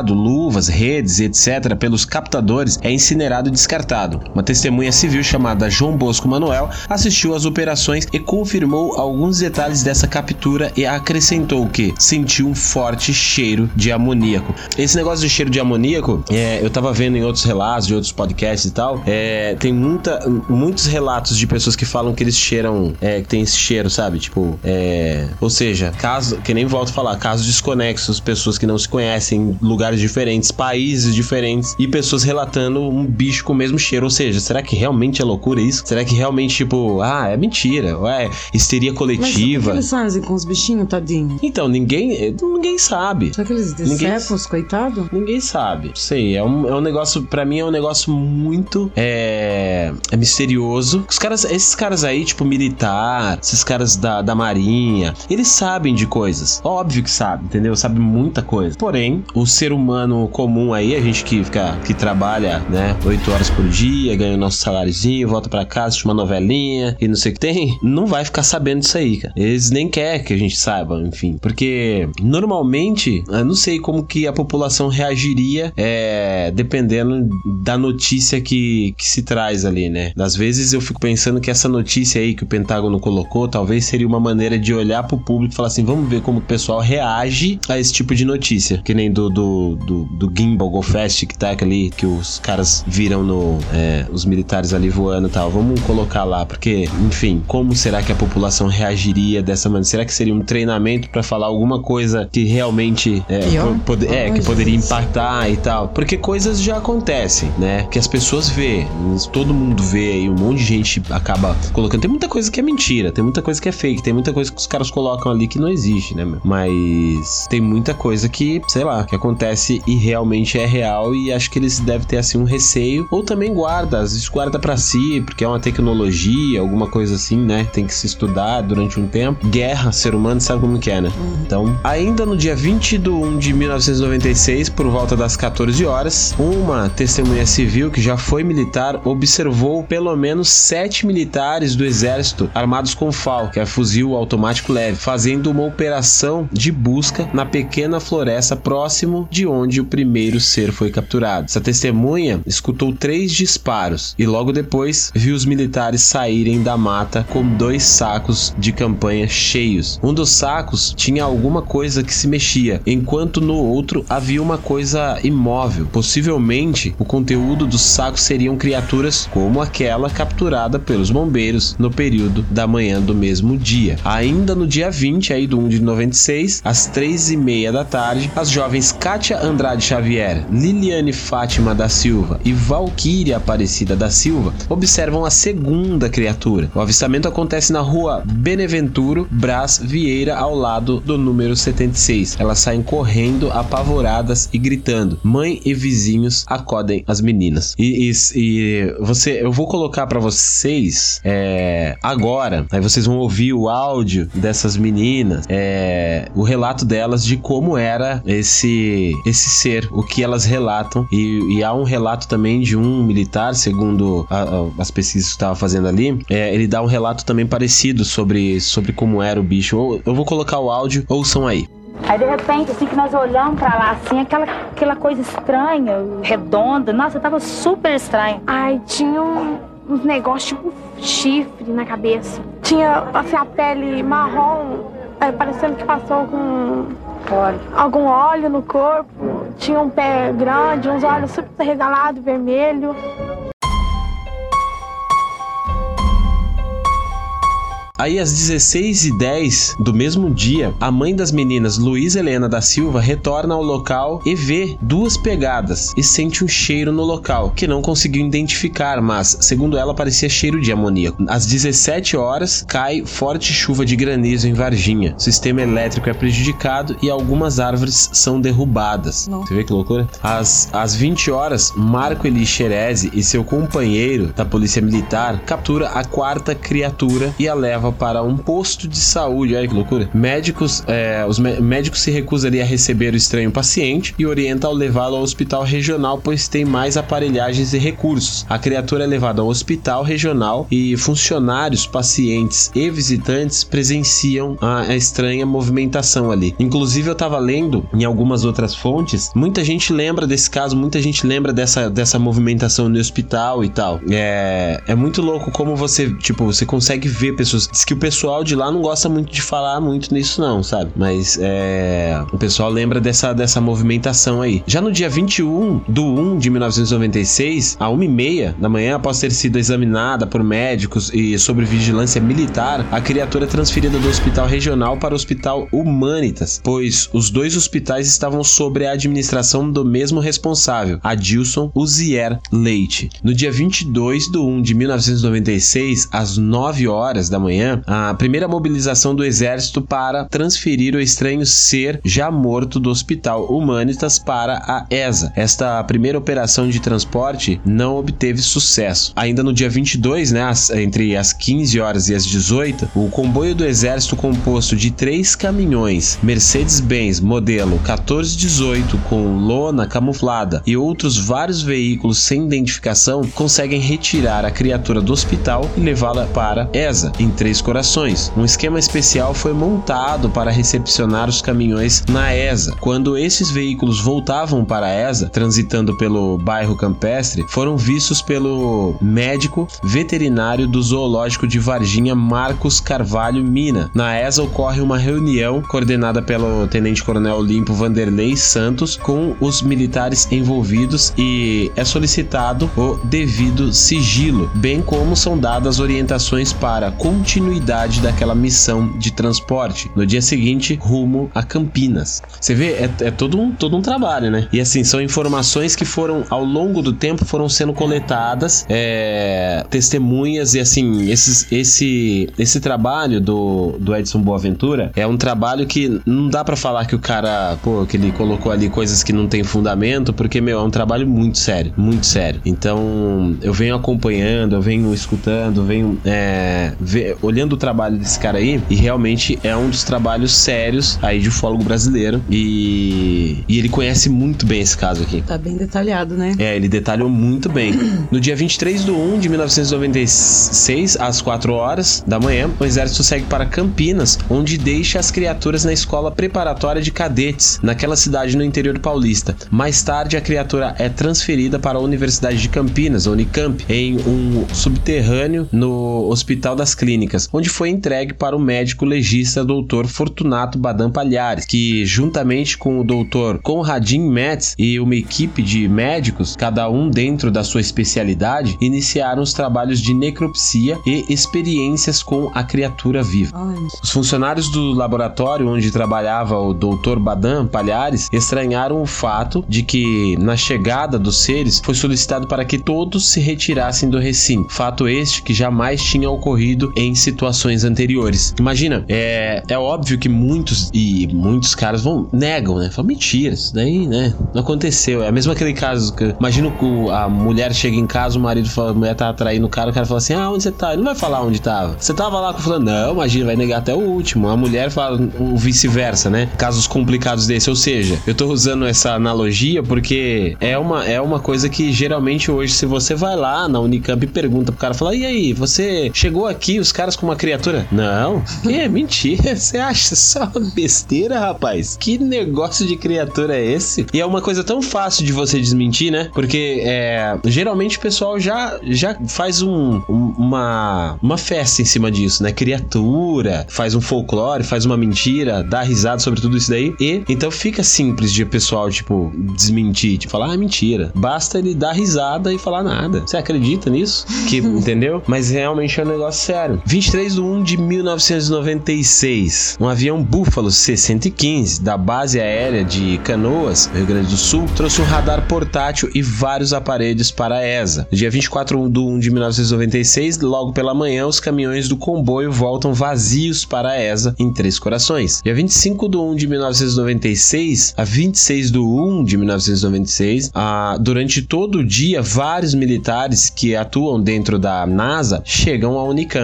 S3: usado, luvas, redes, etcétera, pelos captadores é incinerado e descartado. Uma testemunha civil chamada João Bosco Manuel assistiu às operações e confirmou alguns detalhes dessa captura e acrescentou que sentiu um forte cheiro de amoníaco. Esse negócio de cheiro de amoníaco, é, eu tava vendo em outros relatos, de outros podcasts e tal, é, tem muita, muitos relatos de pessoas que falam que eles cheiram, é, que tem esse cheiro, sabe? Tipo, é, ou seja, caso, que nem volto a falar, casos desconexos, pessoas que não se conhecem, lugares diferentes, países diferentes e pessoas relatando um bicho com o mesmo cheiro. Ou seja, será que realmente é loucura isso? Será que realmente, tipo, ah, é mentira? Ou é histeria coletiva?
S4: Mas o que eles fazem com os bichinhos, tadinho?
S3: Então, ninguém, ninguém sabe.
S4: Será que eles decepam os coitados?
S3: Ninguém sabe. Sei, é um, é um negócio, pra mim é um negócio muito é, é misterioso. Os caras, esses caras aí, tipo, militar, esses caras da, da marinha, eles sabem de coisas. Óbvio que sabem, entendeu? Sabem muita coisa. Porém, o ser humano comum aí, a gente que fica, que trabalha, né, oito horas por dia, ganha o nosso saláriozinho, volta pra casa, assiste uma novelinha e não sei o que tem, não vai ficar sabendo disso aí, cara. Eles nem querem que a gente saiba, enfim. Porque, normalmente, eu não sei como que a população reagiria, é, dependendo da notícia que, que se traz ali, né? Às vezes eu fico pensando que essa notícia aí que o Pentágono colocou, talvez seria uma maneira de olhar pro público e falar assim, vamos ver como o pessoal reage a esse tipo de notícia. Que nem do, do, do, do Gimbal Go Fast, que tá ali, que os caras viram no, é, os militares ali voando e tal. Vamos colocar lá, porque, enfim, como será que a população reagiria dessa maneira? Será que seria um treinamento pra falar alguma coisa que realmente é, pode, é, que poderia impactar e tal? Porque coisas já acontecem, né? Que as pessoas vê, todo mundo vê e um monte de gente acaba colocando. Tem muita coisa que é mentira, tem muita coisa que é fake, tem muita coisa que os caras colocam ali que não existe, né, meu? Mas tem muita coisa que, sei lá, que acontece e realmente é real, e acho que eles devem ter, assim, um receio, ou também guarda, às vezes guarda pra si, porque é uma tecnologia, alguma coisa assim, né? Tem que se estudar durante um tempo. Guerra, ser humano sabe como que é, né? Uhum. Então, ainda no dia vinte de um de mil novecentos e noventa e seis, por volta das quatorze horas, uma testemunha civil que já foi militar observou pelo menos sete militares do exército armados com F A L, que é fuzil automático leve, fazendo uma operação de busca na pequena floresta próximo de onde o primeiro ser foi capturado. Essa testemunha escutou três disparos e logo depois viu os militares saírem da mata com dois sacos de campanha cheios. Um dos sacos tinha alguma coisa que se mexia, enquanto no outro havia uma coisa imóvel. Possivelmente, o conteúdo dos sacos seriam criaturas como aquela capturada pelos bombeiros no período da manhã do mesmo dia. Ainda no dia vinte aí do um de noventa e seis, às três e meia da tarde, as jovens Kátia Andrade Xavier, Liliane Fátima da Silva e Valquíria Aparecida da Silva observam a segunda criatura. O avistamento acontece na rua Beneventuro Brás Vieira, ao lado do número setenta e seis. Elas saem correndo, apavoradas e gritando. Mãe e vizinhos acodem as meninas. E, e, e você, eu vou colocar pra vocês é, agora, aí vocês vão ouvir o áudio dessas meninas, é, o relato delas de como era esse, esse ser, o que elas relatam. E, e há um relato também de um militar, segundo a, a, as pesquisas que eu estava fazendo ali, é, ele dá um relato também parecido sobre, sobre como era o bicho. Eu, eu vou colocar o áudio, ouçam aí.
S2: Aí de repente, assim, que nós olhamos pra lá, assim, aquela, aquela coisa estranha, redonda, nossa, tava super estranho.
S5: Ai, tinha um, uns negócios tipo chifre na cabeça. Tinha, assim, a pele marrom, é, parecendo que passou com óleo. algum óleo no corpo. Tinha um pé grande, uns olhos super regalados, vermelho.
S3: Aí às dezesseis e dez do mesmo dia, a mãe das meninas, Luísa Helena da Silva, retorna ao local e vê duas pegadas e sente um cheiro no local, que não conseguiu identificar, mas, segundo ela, parecia cheiro de amoníaco. Às dezessete horas, cai forte chuva de granizo em Varginha. O sistema elétrico é prejudicado e algumas árvores são derrubadas. Não. Você vê que loucura? Às, às vinte horas, Marco Eli Xerezi e seu companheiro da polícia militar captura a quarta criatura e a leva leva para um posto de saúde. Olha que loucura. Médicos, é, os médicos se recusam ali a receber o estranho paciente e orienta ao levá-lo ao hospital regional, pois tem mais aparelhagens e recursos. A criatura é levada ao hospital regional e funcionários, pacientes e visitantes presenciam a, a estranha movimentação ali. Inclusive, eu tava lendo em algumas outras fontes, muita gente lembra desse caso, muita gente lembra dessa, dessa movimentação no hospital e tal. É, é muito louco como você, tipo, você consegue ver pessoas. Diz que o pessoal de lá não gosta muito de falar muito nisso não, sabe? Mas é, o pessoal lembra dessa, dessa movimentação aí. Já no dia vinte e um do um de mil novecentos e noventa e seis, a uma e meia da manhã, após ter sido examinada por médicos e sobre vigilância militar, a criatura é transferida do hospital regional para o hospital Humanitas, pois os dois hospitais estavam sob a administração do mesmo responsável, Adilson Uzier Leite. No dia vinte e dois do um de mil novecentos e noventa e seis, às nove horas da manhã, a primeira mobilização do exército para transferir o estranho ser já morto do hospital Humanitas para a E S A. Esta primeira operação de transporte não obteve sucesso. Ainda no dia vinte e dois, né, as, entre as quinze horas e as dezoito, o comboio do exército composto de três caminhões Mercedes-Benz modelo quatorze dezoito com lona camuflada e outros vários veículos sem identificação conseguem retirar a criatura do hospital e levá-la para E S A, em Três Corações. Um esquema especial foi montado para recepcionar os caminhões na E S A. Quando esses veículos voltavam para a E S A, transitando pelo bairro campestre, foram vistos pelo médico veterinário do zoológico de Varginha, Marcos Carvalho Mina. Na E S A ocorre uma reunião coordenada pelo tenente-coronel Olimpo Vanderlei Santos com os militares envolvidos e é solicitado o devido sigilo, bem como são dadas orientações para a continuidade daquela missão de transporte no dia seguinte rumo a Campinas. Você vê, é, é todo, um, todo um trabalho, né? E assim, são informações que foram, ao longo do tempo, foram sendo coletadas, é, testemunhas e assim, esses, esse, esse trabalho do, do Edson Boaventura é um trabalho que não dá pra falar que o cara, pô, que ele colocou ali coisas que não tem fundamento, porque, meu, é um trabalho muito sério, muito sério. Então, eu venho acompanhando, eu venho escutando, eu venho é, ver, olhando o trabalho desse cara aí, e realmente é um dos trabalhos sérios aí de ufólogo brasileiro, e, e ele conhece muito bem esse caso aqui.
S4: Tá bem detalhado, né?
S3: É, ele detalhou muito bem. No dia vinte e três do um de mil novecentos e noventa e seis, às quatro horas da manhã, o exército segue para Campinas, onde deixa as criaturas na escola preparatória de cadetes, naquela cidade no interior paulista. Mais tarde, a criatura é transferida para a Universidade de Campinas, a Unicamp, em um subterrâneo no Hospital das Clínicas, onde foi entregue para o médico legista doutor Fortunato Badam Palhares, que juntamente com o doutor Conradin Metz e uma equipe de médicos, cada um dentro da sua especialidade, iniciaram os trabalhos de necropsia e experiências com a criatura viva.
S4: Ai.
S3: Os funcionários do laboratório onde trabalhava o doutor Badam Palhares estranharam o fato de que, na chegada dos seres, foi solicitado para que todos se retirassem do recinto. Fato este que jamais tinha ocorrido em situações anteriores. Imagina, é, é óbvio que muitos e muitos caras vão negam, né? Falam, mentira, isso daí, né? Não aconteceu. É mesmo aquele caso que, imagina que a mulher chega em casa, o marido fala, a mulher tá atraindo o cara, o cara fala assim, ah, onde você tá? Ele não vai falar onde tava. Você tava lá, falando, não, imagina, vai negar até o último. A mulher fala o vice-versa, né? Casos complicados desse, ou seja, eu tô usando essa analogia porque é uma, é uma coisa que geralmente hoje, se você vai lá na Unicamp e pergunta pro cara, fala, e aí, você chegou aqui, os caras com uma criatura? Não, que mentira, você acha só besteira, rapaz? Que negócio de criatura é esse? E é uma coisa tão fácil de você desmentir, né? Porque é, geralmente o pessoal já, já faz um, um, uma, uma festa em cima disso, né? Criatura, faz um folclore, faz uma mentira, dá risada sobre tudo isso daí. E então fica simples de o pessoal, tipo, desmentir, tipo, falar, ah, mentira. Basta ele dar risada e falar nada. Você acredita nisso? Que, entendeu? Mas realmente é um negócio sério. vinte e três de um de mil novecentos e noventa e seis, um avião Buffalo C cento e quinze da base aérea de Canoas, Rio Grande do Sul, trouxe um radar portátil e vários aparelhos para a E S A. No dia vinte e quatro de um de mil novecentos e noventa e seis, logo pela manhã, os caminhões do comboio voltam vazios para a E S A em Três Corações. Dia vinte e cinco de um de mil novecentos e noventa e seis a vinte e seis de um de mil novecentos e noventa e seis, a, durante todo o dia, vários militares que atuam dentro da NASA chegam à Unicamp. A,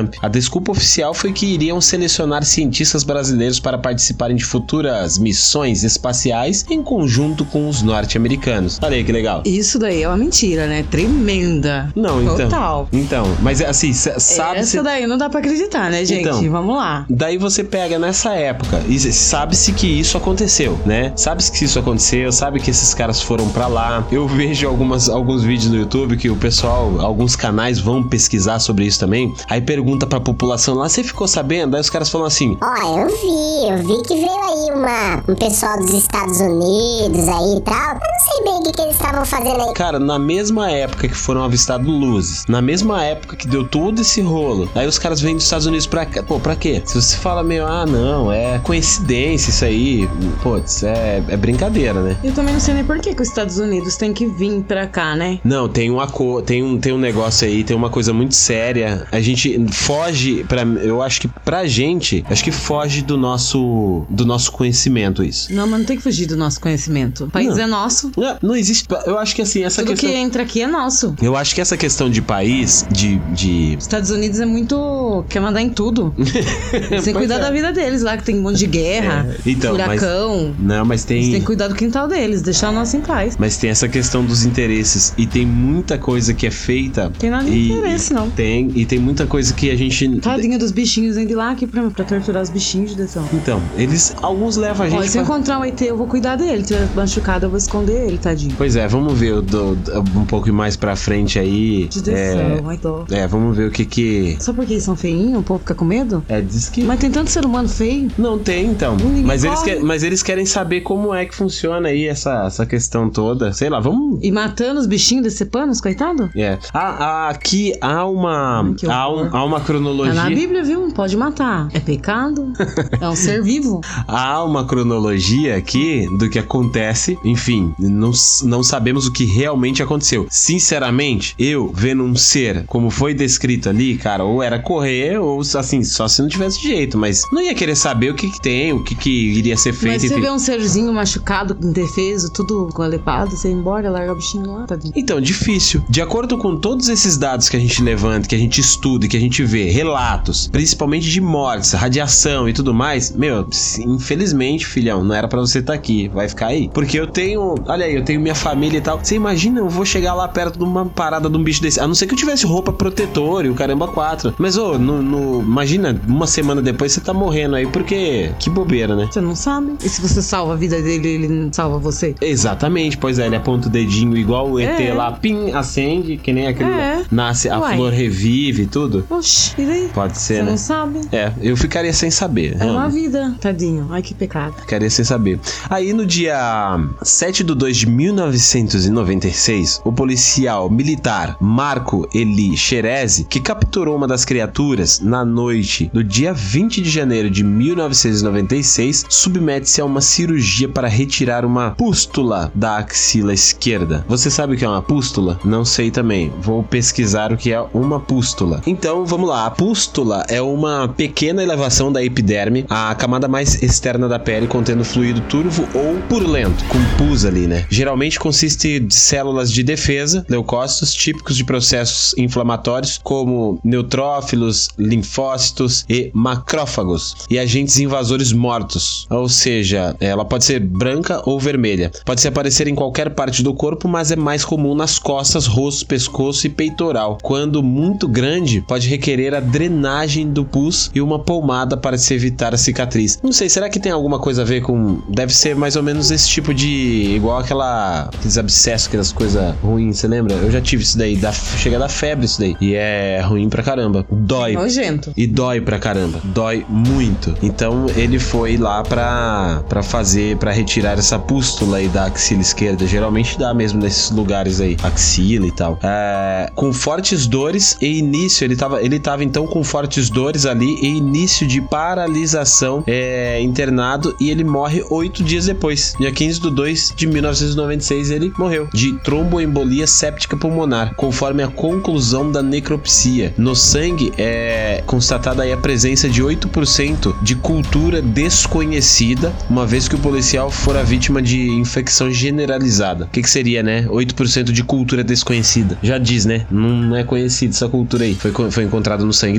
S3: desculpa oficial foi que iriam selecionar cientistas brasileiros para participarem de futuras missões espaciais em conjunto com os norte-americanos. Olha aí que legal.
S4: Isso daí é uma mentira, né? Tremenda.
S3: Não, então.
S4: Total.
S3: Então, mas assim, sabe...
S4: Essa
S3: se...
S4: daí não dá pra acreditar, né, gente?
S3: Então,
S4: vamos lá.
S3: Daí você pega nessa época e sabe-se que isso aconteceu, né? Sabe-se que isso aconteceu, sabe que esses caras foram pra lá. Eu vejo algumas, alguns vídeos no YouTube que o pessoal, alguns canais vão pesquisar sobre isso também. Aí pergunta pra população lá, você ficou sabendo? Aí os caras falam assim...
S6: Ó, oh, eu vi, eu vi que veio aí uma, um pessoal dos Estados Unidos aí e tal. Eu não sei bem o que, que eles estavam fazendo aí.
S3: Cara, na mesma época que foram avistados luzes, na mesma época que deu todo esse rolo, aí os caras vêm dos Estados Unidos pra cá. Pô, pra quê? Se você fala meio, ah, não, é coincidência isso aí, putz, é, é brincadeira, né?
S4: Eu também não sei nem por que, que os Estados Unidos tem que vir pra cá, né?
S3: Não, tem um, aco- tem, um, tem um negócio aí, tem uma coisa muito séria. A gente foge, pra, eu acho que pra gente, acho que foge do nosso, do nosso conhecimento isso.
S4: Não, mas não tem que fugir do nosso conhecimento. O país
S3: não.
S4: é nosso.
S3: Não, não existe, eu acho que assim, essa
S4: Tudo
S3: questão...
S4: que entra aqui é nosso.
S3: Eu acho que essa questão de país, de... de...
S4: Estados Unidos é muito... quer mandar em tudo. Eles têm que cuidar
S3: é.
S4: da vida deles lá, que tem um monte de guerra,
S3: é. então,
S4: furacão.
S3: Mas, não, mas tem...
S4: Eles têm que cuidar do quintal deles, deixar o nosso em paz.
S3: Mas tem essa questão dos interesses. E tem muita coisa que é feita...
S4: Tem nada de
S3: e,
S4: interesse, não.
S3: Tem, e tem muita coisa que a gente...
S4: Tadinha dos bichinhos indo lá aqui pra, pra torturar os bichinhos de deção.
S3: Então, eles... Alguns levam a gente...
S4: Ó, se eu
S3: pra...
S4: encontrar um E T, eu vou cuidar dele. Se eu machucado, eu vou esconder ele, tadinho.
S3: Pois é, vamos ver o do, um pouco mais pra frente aí.
S4: De deção, ai dó.
S3: É, vamos ver o que que...
S4: Só porque eles são feinhos, o povo fica com medo?
S3: É, diz que...
S4: Mas tem tanto ser humano feio.
S3: Não tem, então.
S4: Ninguém
S3: Mas eles,
S4: corre.
S3: quer, mas eles querem saber como é que funciona aí essa, essa questão toda. Sei lá, vamos...
S4: E matando os bichinhos, decepando os coitados?
S3: É. Ah, ah, aqui há uma...
S4: Ai, que
S3: há, um,
S4: horror.
S3: há uma
S4: Tá
S3: cronologia...
S4: na Bíblia, viu? Não pode matar. É pecado. É um ser vivo.
S3: Há uma cronologia aqui do que acontece. Enfim, não, não sabemos o que realmente aconteceu. Sinceramente, eu vendo um ser como foi descrito ali, cara, ou era correr, ou assim, só se não tivesse jeito. Mas não ia querer saber o que, que tem, o que, que iria ser feito.
S4: Mas você
S3: enfim.
S4: vê um serzinho machucado, indefeso, tudo colepado, você ir embora, larga o bichinho lá, tadinho.
S3: Então, difícil. De acordo com todos esses dados que a gente levanta, que a gente estuda e que a gente vê, relatos, principalmente de mortes, radiação e tudo mais, meu, infelizmente, filhão, não era pra você estar aqui, vai ficar aí. Porque eu tenho, olha aí, eu tenho minha família e tal. Você imagina, eu vou chegar lá perto de uma parada de um bicho desse, a não ser que eu tivesse roupa protetora e o caramba quatro. Mas, ô, no, no, imagina, uma semana depois você tá morrendo aí, porque que bobeira, né?
S4: Você não sabe? E se você salva a vida dele, ele não salva você?
S3: Exatamente, pois é, ele aponta o dedinho igual o E T
S4: É.
S3: lá, pim, acende, que nem aquele
S4: É.
S3: nasce, a
S4: Uai.
S3: flor revive e tudo.
S4: Oxi, e daí?
S3: Pode ser,
S4: Você
S3: né?
S4: não sabe?
S3: É, eu ficaria sem saber.
S4: É uma
S3: realmente.
S4: vida, tadinho. Ai, que pecado.
S3: Ficaria sem saber. Aí no dia sete de dois de mil novecentos e noventa e seis, o policial militar Marco Eli Xerezi, que capturou uma das criaturas na noite do dia vinte de janeiro de mil novecentos e noventa e seis, submete-se a uma cirurgia para retirar uma pústula da axila esquerda. Você sabe o que é uma pústula? Não sei também. Vou pesquisar o que é uma pústula. Então, vamos lá. A pústula é uma pequena elevação da epiderme, a camada mais externa da pele contendo fluido turvo ou purulento, com pus ali, né? Geralmente consiste de células de defesa, leucócitos, típicos de processos inflamatórios, como neutrófilos, linfócitos e macrófagos, e agentes invasores mortos. Ou seja, ela pode ser branca ou vermelha. Pode se aparecer em qualquer parte do corpo, mas é mais comum nas costas, rosto, pescoço e peitoral. Quando muito grande, pode requerer a drenagem do pus e uma pomada para se evitar a cicatriz. Não sei, será que tem alguma coisa a ver com... Deve ser mais ou menos esse tipo de... Igual aquela... Aqueles abscessos, aquelas coisas ruins, você lembra? Eu já tive isso daí, da... chega da febre isso daí. E é ruim pra caramba. Dói.
S4: Nojento.
S3: E dói pra caramba. Dói muito. Então ele foi lá pra, pra fazer, pra retirar essa pústula aí da axila esquerda. Geralmente dá mesmo nesses lugares aí. Axila e tal. É, com fortes dores e início. Ele tava, ele tava então com fortes dores ali e início de paralisação, é, internado, e ele morre oito dias depois. Dia quinze de dois de mil novecentos e noventa e seis ele morreu de tromboembolia séptica pulmonar, conforme a conclusão da necropsia. No sangue é constatada aí a presença de oito por cento de cultura desconhecida, uma vez que o policial fora vítima de infecção generalizada. O que que seria, né? oito por cento de cultura desconhecida. Já diz, né? Não é conhecida essa cultura aí. Foi, foi encontrado no sangue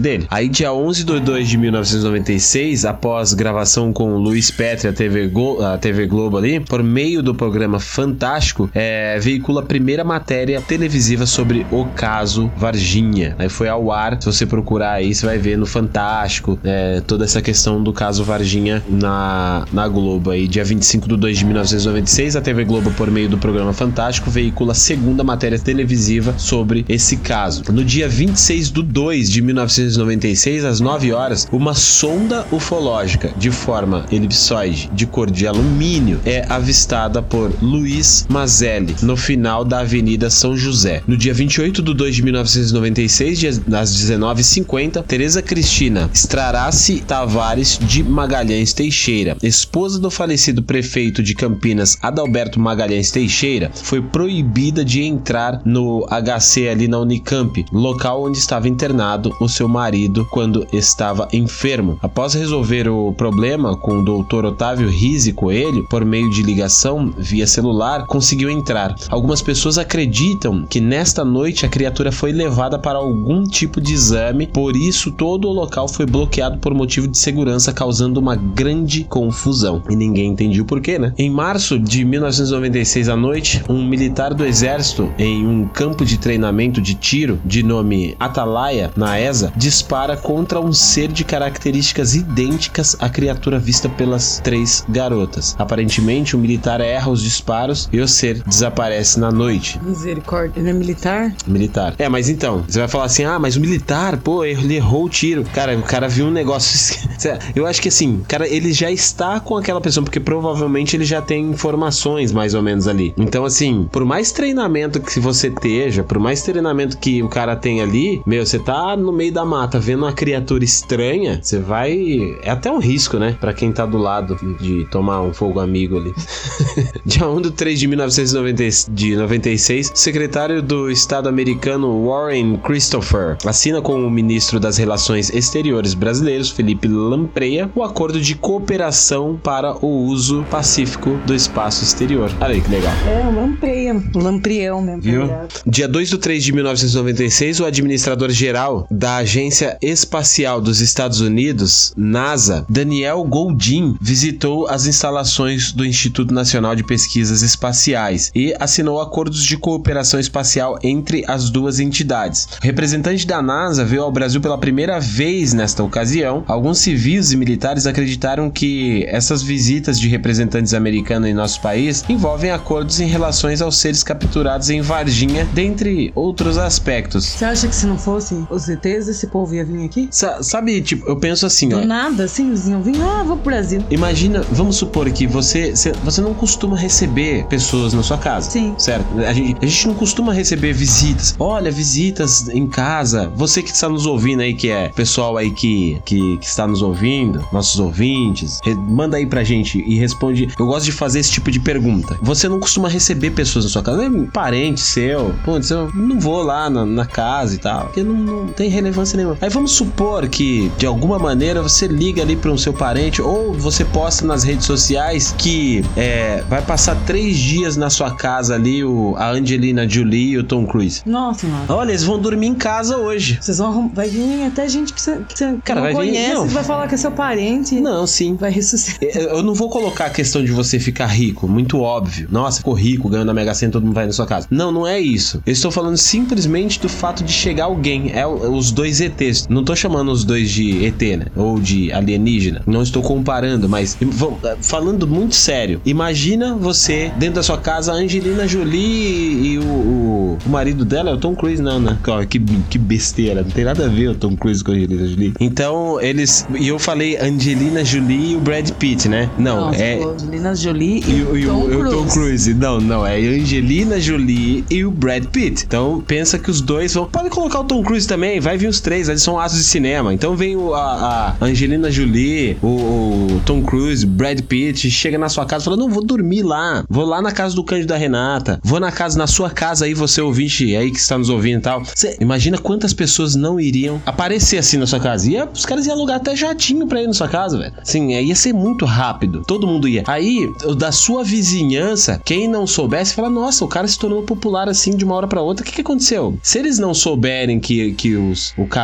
S3: dele. Aí, dia onze de dois de mil novecentos e noventa e seis, após gravação com o Luiz Petri, a T V, Go- a T V Globo ali, por meio do programa Fantástico, é, veicula a primeira matéria televisiva sobre o caso Varginha. Aí foi ao ar, se você procurar aí, você vai ver no Fantástico é, toda essa questão do caso Varginha na, na Globo. Aí, dia vinte e cinco de dois de mil novecentos e noventa e seis, a T V Globo, por meio do programa Fantástico, veicula a segunda matéria televisiva sobre esse caso. No dia vinte e seis de dois de mil novecentos e noventa e seis, às nove horas, uma sonda ufológica de forma elipsoide de cor de alumínio é avistada por Luiz Mazelli no final da Avenida São José. No dia vinte e oito de dois de mil novecentos e noventa e seis, às dezenove e cinquenta, Tereza Cristina Strarassi Tavares de Magalhães Teixeira, esposa do falecido prefeito de Campinas, Adalberto Magalhães Teixeira, foi proibida de entrar no H C ali na Unicamp, local onde estava internado o seu marido quando estava enfermo. Após resolver o problema com o doutor Otávio Rizzi Coelho, por meio de ligação via celular, conseguiu entrar. Algumas pessoas acreditam que nesta noite a criatura foi levada para algum tipo de exame, por isso todo o local foi bloqueado por motivo de segurança, causando uma grande confusão. E ninguém entendia o porquê, né? Em março de mil novecentos e noventa e seis à noite, um militar do exército em um campo de treinamento de tiro de nome Atalaia, na E S A, dispara contra um ser de características idênticas à criatura vista pelas três garotas. Aparentemente, o militar erra os disparos e o ser desaparece na noite.
S4: Misericórdia, ele é militar?
S3: Militar. É, mas então, você vai falar assim, ah, mas o militar, pô, ele errou o tiro. Cara, o cara viu um negócio... Eu acho que assim, cara, ele já está com aquela pessoa, porque provavelmente ele já tem informações mais ou menos ali. Então, assim, por mais treinamento que você esteja, por mais treinamento que o cara tem ali, meu, você tá no meio da mata vendo uma criatura estranha, você vai... É até um risco, né? Pra quem tá do lado de tomar um fogo amigo ali. Dia um de três de mil novecentos e noventa e seis, o secretário do Estado americano Warren Christopher assina com o ministro das Relações Exteriores brasileiros, Felipe Lampreia, o acordo de cooperação para o uso pacífico do espaço exterior. Olha aí que legal.
S4: É, um lampreia, um lamprião mesmo.
S3: Viu? Dia dois de três de mil novecentos e noventa e seis, o administrador-geral da Agência Espacial dos Estados Unidos, NASA, Daniel Goldin, visitou as instalações do Instituto Nacional de Pesquisas Espaciais e assinou acordos de cooperação espacial entre as duas entidades. O representante da NASA veio ao Brasil pela primeira vez nesta ocasião. Alguns civis e militares acreditaram que essas visitas de representantes americanos em nosso país envolvem acordos em relações aos seres capturados em Varginha, dentre outros aspectos.
S4: Você acha que se não fossem os E Tês, esse povo ia vir aqui?
S3: Sa- sabe, tipo, eu penso assim,
S4: Do
S3: ó.
S4: nada, assim, eles iam vir, ah, vou pro Brasil.
S3: Imagina, vamos supor que você, cê- você não costuma receber pessoas na sua casa.
S4: Sim.
S3: Certo? A gente, a gente não costuma receber visitas. Olha, visitas em casa. Você que está nos ouvindo aí, que é pessoal aí que, que, que está nos ouvindo, nossos ouvintes, re- manda aí pra gente e responde. Eu gosto de fazer esse tipo de pergunta. Você não costuma receber pessoas na sua casa? É um parente seu. Pô, eu não vou lá na, na casa e tal. Porque não, não tem relevância nenhuma. Aí vamos supor que, de alguma maneira, você liga ali para um seu parente ou você posta nas redes sociais que é, vai passar três dias na sua casa ali o, a Angelina Jolie e o Tom Cruise.
S4: Nossa, mano.
S3: Olha, eles vão dormir em casa hoje.
S4: Vocês vão arrum... Vai vir até gente que você, que você
S3: Cara,
S4: não
S3: vai vir-
S4: conhece,
S3: não.
S4: vai falar que é seu parente.
S3: Não, sim.
S4: Vai ressuscitar.
S3: Eu eu não vou colocar a questão de você ficar rico, muito óbvio. Nossa, ficou rico, ganhou na Mega Sena, todo mundo vai na sua casa. Não, não é isso. Eu estou falando simplesmente do fato de chegar alguém. É o- os dois E Tês. Não tô chamando os dois de E T, né? Ou de alienígena. Não estou comparando, mas vamos- falando muito sério. Imagina você, dentro da sua casa, a Angelina Jolie e o, o, o marido dela é o Tom Cruise, não, né? Cara, que, que besteira. Não tem nada a ver o Tom Cruise com a Angelina Jolie. Então, eles... E eu falei Angelina Jolie e o Brad Pitt, né? Não,
S4: Não,
S3: é...
S4: Angelina Jolie e,
S3: E, o- e
S4: Tom
S3: o, e o Tom
S4: Cruise.
S3: Cruise. Não, não. É a Angelina Jolie e o Brad Pitt. Então, pensa que os dois vão... Pode colocar o Tom Cruise também. Vai vir os três. Eles são astros de cinema. Então, vem o, a, a Angelina Jolie, o, o Tom Cruise, Brad Pitt. Chega na sua casa e fala, não, vou dormir lá. Vou lá na casa do Cândido da Renata. Vou na casa, na sua casa aí, você ouvinte aí que está nos ouvindo e tal. Você imagina quantas pessoas não iriam aparecer assim na sua casa. Ia, os caras iam alugar até jatinho pra ir na sua casa, velho. Sim, ia ser muito rápido. Todo mundo ia. Aí, o da sua vizinhança, quem não soubesse, fala, nossa, o cara se tornou popular assim de uma hora pra outra. O que que aconteceu? Se eles não souberem que, que os, o casal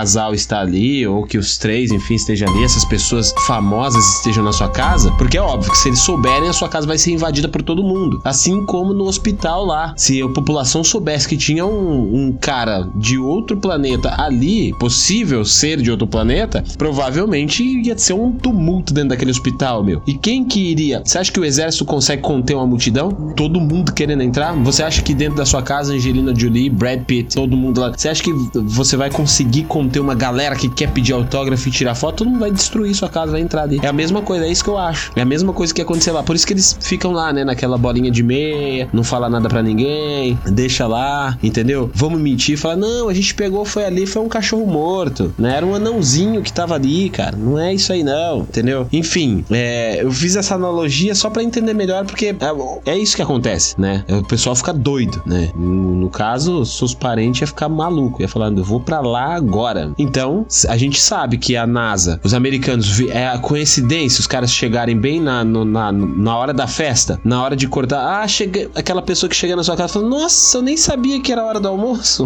S3: casal está ali, ou que os três, enfim, estejam ali, essas pessoas famosas estejam na sua casa, porque é óbvio que se eles souberem, a sua casa vai ser invadida por todo mundo. Assim como no hospital lá. Se a população soubesse que tinha um, um cara de outro planeta ali, possível ser de outro planeta, provavelmente ia ser um tumulto dentro daquele hospital, meu. E quem que iria? Você acha que o exército consegue conter uma multidão? Todo mundo querendo entrar? Você acha que dentro da sua casa, Angelina Jolie, Brad Pitt, todo mundo lá, você acha que você vai conseguir conter uma galera que quer pedir autógrafo e tirar foto? Todo mundo vai destruir sua casa, vai entrar ali. É a mesma coisa, é isso que eu acho. É a mesma coisa que ia acontecer lá. Por isso que eles ficam lá, né, naquela bolinha de meia, não fala nada pra ninguém, deixa lá, entendeu? Vamos mentir, fala, não, a gente pegou, foi ali, foi um cachorro morto, né? Era um anãozinho que tava ali, cara. Não é isso aí não, entendeu? Enfim, é, eu fiz essa analogia só pra entender melhor, porque é, é isso que acontece, né? O pessoal fica doido, né? No, no caso, seus parentes iam ficar maluco, ia falar, eu vou pra lá agora. Então, a gente sabe que a NASA, os americanos, é a coincidência os caras chegarem bem na, no, na, na hora da festa, na hora de cortar, ah, chega, aquela pessoa que chega na sua casa fala, nossa, eu nem sabia que era a hora do almoço.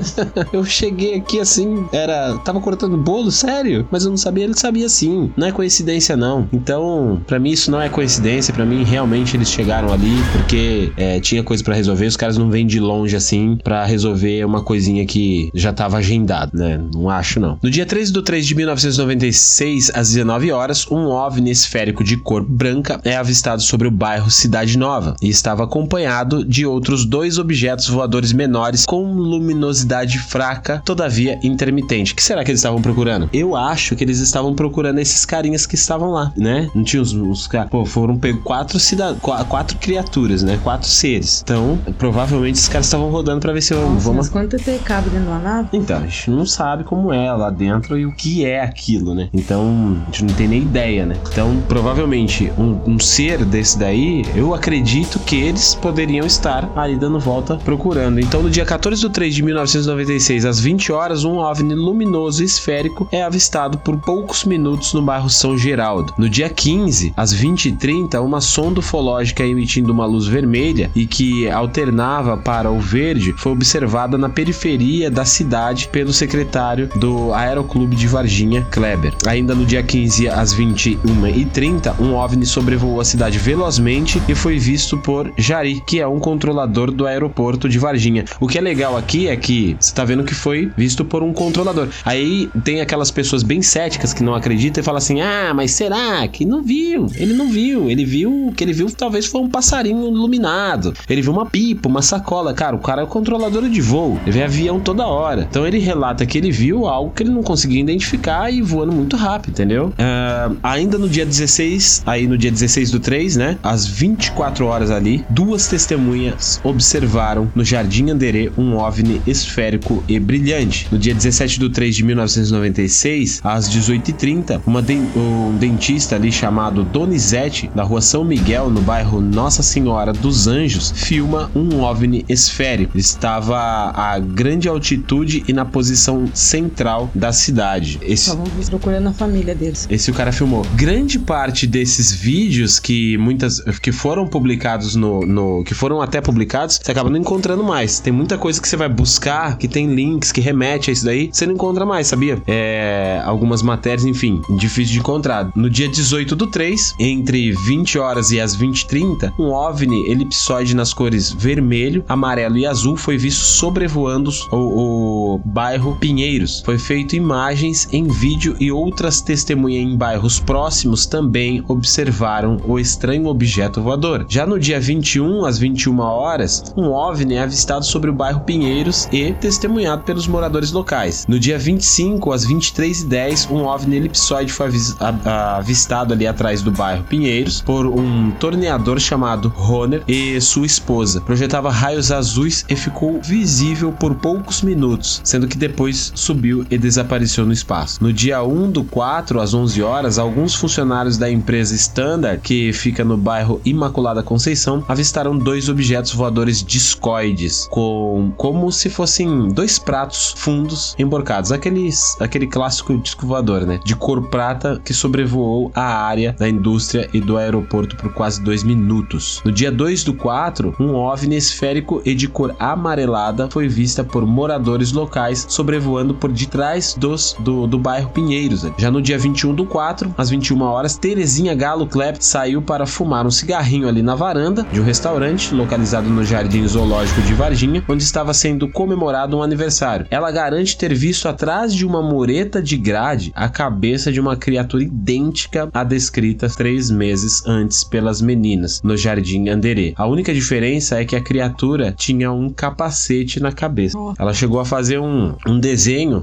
S3: Eu cheguei aqui assim, era, tava cortando bolo, sério? Mas eu não sabia, ele sabia sim. Não é coincidência não. Então, pra mim isso não é coincidência, pra mim realmente eles chegaram ali porque é, tinha coisa pra resolver, os caras não vêm de longe assim pra resolver uma coisinha que já tava agendado, né? Não acho não. No dia treze de três de mil novecentos e noventa e seis, às dezenove horas, um OVNI esférico de cor branca é avistado sobre o bairro Cidade Nova e estava acompanhado de outros dois objetos voadores menores com luminosidade fraca, todavia intermitente. O que será que eles estavam procurando? Eu acho que eles estavam procurando esses carinhas que estavam lá, né? Não tinha os, os caras. Pô, foram pegos quatro cidad... quatro criaturas, né? Quatro seres. Então, provavelmente esses caras estavam rodando pra ver se eu.
S4: Nossa,
S3: vamos...
S4: Mas quanto tempo cabe dentro de uma nave?
S3: Então, a gente não sabe como é lá dentro e o que é aquilo, né? Então, a gente não tem nem ideia, né? Então, provavelmente, um, um ser desse daí, eu acredito que eles poderiam estar aí dando volta procurando. Então, no dia quatorze de três de mil novecentos e noventa e seis, às vinte horas, um OVNI luminoso e esférico é avistado por poucos minutos no bairro São Geraldo. No dia quinze, às vinte e trinta, uma sonda ufológica emitindo uma luz vermelha e que alternava para o verde foi observada na periferia da cidade pelo secretário do Aeroclube de Varginha, Kleber. Ainda no dia quinze, às vinte e uma e trinta, um OVNI sobrevoou a cidade velozmente e foi visto por Jari, que é um controlador do aeroporto de Varginha. O que é legal aqui é que você tá vendo que foi visto por um controlador. Aí tem aquelas pessoas bem céticas que não acreditam e falam assim, ah, mas será que não viu? Ele não viu. Ele viu, o que ele viu talvez foi um passarinho iluminado. Ele viu uma pipa, uma sacola. Cara, o cara é o controlador de voo. Ele vê avião toda hora. Então ele relata que ele viu algo que ele não conseguia identificar e voando muito rápido, entendeu? Uh, ainda no dia dezesseis, aí no dia dezesseis do três, né? Às vinte e quatro horas ali, duas testemunhas observaram no Jardim Anderê um OVNI esférico e brilhante. No dia dezessete do três de mil novecentos e noventa e seis, às dezoito e trinta, uma den- um dentista ali chamado Donizete, da rua São Miguel, no bairro Nossa Senhora dos Anjos, filma um OVNI esférico. Ele estava a grande altitude e na posição central da cidade. Esse...
S4: Estavam procurando a família deles.
S3: Esse o cara filmou. Grande parte desses vídeos que muitas que foram publicados no, no que foram até publicados, você acaba não encontrando mais. Tem muita coisa que você vai buscar, que tem links que remete a isso daí, você não encontra mais, sabia? É, algumas matérias, enfim, difícil de encontrar. No dia dezoito do três, entre vinte horas e as vinte e trinta, um OVNI elipsoide nas cores vermelho, amarelo e azul foi visto sobrevoando o, o bairro Pinheiros. Foi feito imagens em vídeo e outras testemunhas em bairros próximos também observaram o estranho objeto voador. Já no dia vinte e um, às vinte e uma horas, um OVNI é avistado sobre o bairro Pinheiros e testemunhado pelos moradores locais. No dia vinte e cinco, às vinte e três e dez, um OVNI elipsoide foi avistado ali atrás do bairro Pinheiros por um torneador chamado Roner e sua esposa. Projetava raios azuis e ficou visível por poucos minutos, sendo que depois subiu e desapareceu no espaço. No dia um do quatro, às onze horas, alguns funcionários da empresa Standard, que fica no bairro Imaculada Conceição, avistaram dois objetos voadores discoides, com, como se fossem dois pratos fundos emborcados. Aqueles, aquele clássico disco voador, né? De cor prata que sobrevoou a área da indústria e do aeroporto por quase dois minutos. No dia dois do quatro, um OVNI esférico e de cor amarelada foi vista por moradores locais sobrevoando por detrás dos, do, do bairro Pinheiros. Já no dia vinte e um do quatro, às vinte e uma horas, Terezinha Galo Klepp saiu para fumar um cigarrinho ali na varanda de um restaurante localizado no Jardim Zoológico de Varginha, onde estava sendo comemorado um aniversário. Ela garante ter visto atrás de uma mureta de grade a cabeça de uma criatura idêntica à descrita três meses antes pelas meninas no Jardim Anderê. A única diferença é que a criatura tinha um capacete na cabeça. Ela chegou a fazer um, um desenho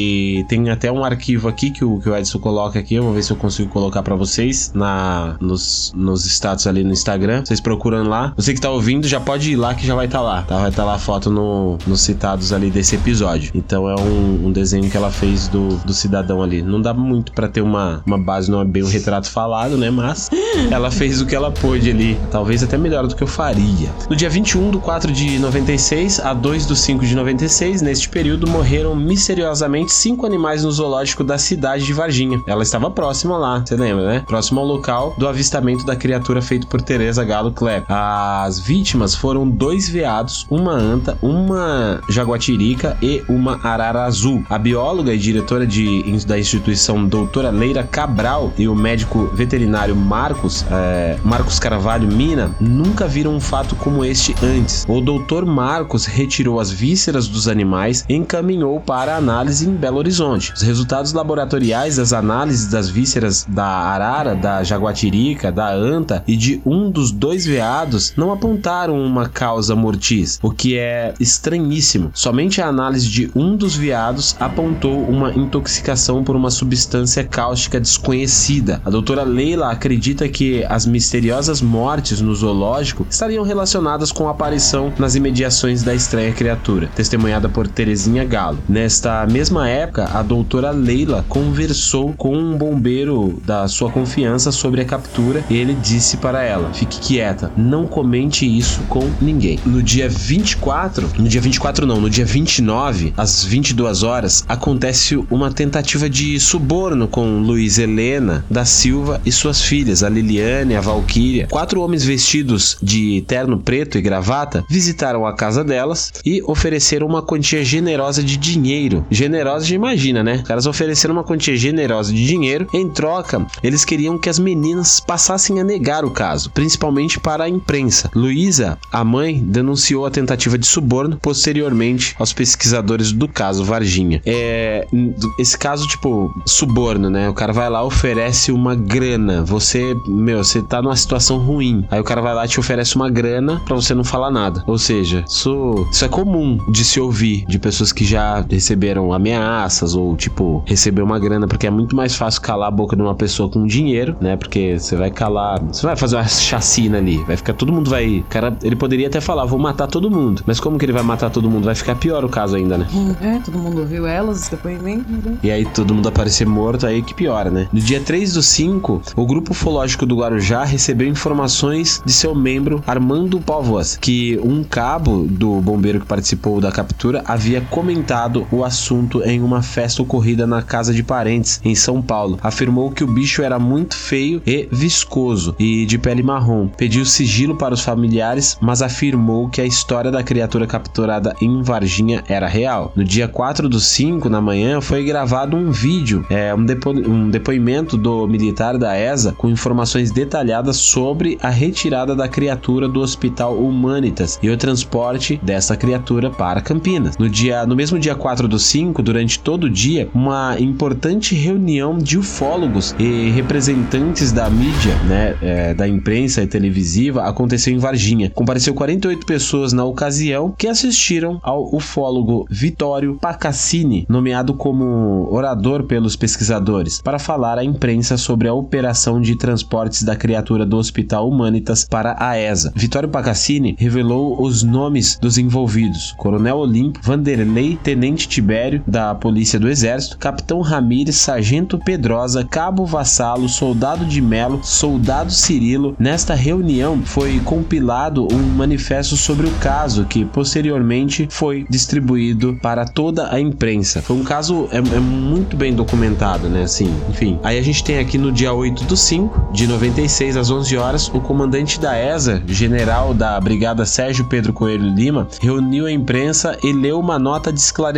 S3: e tem até um arquivo aqui que o, que o Edson coloca aqui. Eu vou ver se eu consigo colocar pra vocês na, nos, nos status ali no Instagram. Vocês procuram lá. Você que tá ouvindo já pode ir lá que já vai estar tá lá, tá? Vai estar tá lá a foto no, nos citados ali desse episódio. Então é um, um desenho que ela fez do, do cidadão ali. Não dá muito pra ter uma, uma base, não é bem um retrato falado, né? Mas ela fez o que ela pôde ali. Talvez até melhor do que eu faria. No dia vinte e um do quatro de noventa e seis a dois do cinco de noventa e seis, neste período morreram misteriosamente cinco animais no zoológico da cidade de Varginha. Ela estava próxima lá, você lembra, né? Próximo ao local do avistamento da criatura feito por Teresa Galo Klepp. As vítimas foram dois veados, uma anta, uma jaguatirica e uma arara azul. A bióloga e diretora de, da instituição doutora Leira Cabral e o médico veterinário Marcos, é, Marcos Carvalho Mina nunca viram um fato como este antes. O doutor Marcos retirou as vísceras dos animais e encaminhou para análise em Belo Horizonte. Os resultados laboratoriais das análises das vísceras da arara, da jaguatirica, da anta e de um dos dois veados não apontaram uma causa mortis, o que é estranhíssimo. Somente a análise de um dos veados apontou uma intoxicação por uma substância cáustica desconhecida. A doutora Leila acredita que as misteriosas mortes no zoológico estariam relacionadas com a aparição nas imediações da estranha criatura, testemunhada por Terezinha Galo. Nesta mesma época, a doutora Leila conversou com um bombeiro da sua confiança sobre a captura e ele disse para ela: fique quieta, não comente isso com ninguém. No dia vinte e quatro, no dia vinte e quatro não, no dia vinte e nove, às vinte e duas horas, acontece uma tentativa de suborno com Luiz Helena da Silva e suas filhas, a Liliane e a Valquíria. Quatro homens vestidos de terno preto e gravata visitaram a casa delas e ofereceram uma quantia generosa de dinheiro. Generosa, já imagina, né? Os caras ofereceram uma quantia generosa de dinheiro. Em troca, eles queriam que as meninas passassem a negar o caso, principalmente para a imprensa. Luísa, a mãe, denunciou a tentativa de suborno posteriormente aos pesquisadores do caso Varginha. É, esse caso, tipo, suborno, né? O cara vai lá, oferece uma grana. Você, meu, você tá numa situação ruim. Aí o cara vai lá e te oferece uma grana pra você não falar nada. Ou seja, isso, isso é comum de se ouvir de pessoas que já receberam ameaças ou, tipo, receber uma grana, porque é muito mais fácil calar a boca de uma pessoa com dinheiro, né? Porque você vai calar, você vai fazer uma chacina ali, vai ficar, todo mundo vai, o cara, ele poderia até falar, vou matar todo mundo, mas como que ele vai matar todo mundo? Vai ficar pior o caso ainda, né?
S4: É, todo mundo ouviu elas, depoimento.
S3: E aí todo mundo aparecer morto, aí que piora, né? No dia três do cinco, o grupo ufológico do Guarujá recebeu informações de seu membro Armando Póvoas, que um cabo do bombeiro que participou da captura havia comentado o assunto em uma festa ocorrida na casa de parentes em São Paulo. Afirmou que o bicho era muito feio e viscoso e de pele marrom. Pediu sigilo para os familiares, mas afirmou que a história da criatura capturada em Varginha era real. No dia quatro do cinco, na manhã, foi gravado um vídeo, é, um, depo um depoimento do militar da E S A com informações detalhadas sobre a retirada da criatura do Hospital Humanitas e o transporte dessa criatura para Campinas. No, dia, no mesmo dia quatro do cinco, durante todo o dia, uma importante reunião de ufólogos e representantes da mídia, né, é, da imprensa e televisiva aconteceu em Varginha. Compareceu quarenta e oito pessoas na ocasião que assistiram ao ufólogo Vitório Pacassini, nomeado como orador pelos pesquisadores, para falar à imprensa sobre a operação de transportes da criatura do Hospital Humanitas para a E S A. Vitório Pacassini revelou os nomes dos envolvidos: Coronel Olimpo, Vanderlei, Tenente Tibério, da Polícia do Exército, Capitão Ramírez, Sargento Pedrosa, Cabo Vassalo, Soldado de Melo, Soldado Cirilo. Nesta reunião foi compilado um manifesto sobre o caso que posteriormente foi distribuído para toda a imprensa. Foi um caso é, é muito bem documentado, né? Assim, enfim. Aí a gente tem aqui no dia oito do cinco de noventa e seis às onze horas, o comandante da E S A, general da Brigada Sérgio Pedro Coelho Lima, reuniu a imprensa e leu uma nota de esclarecimento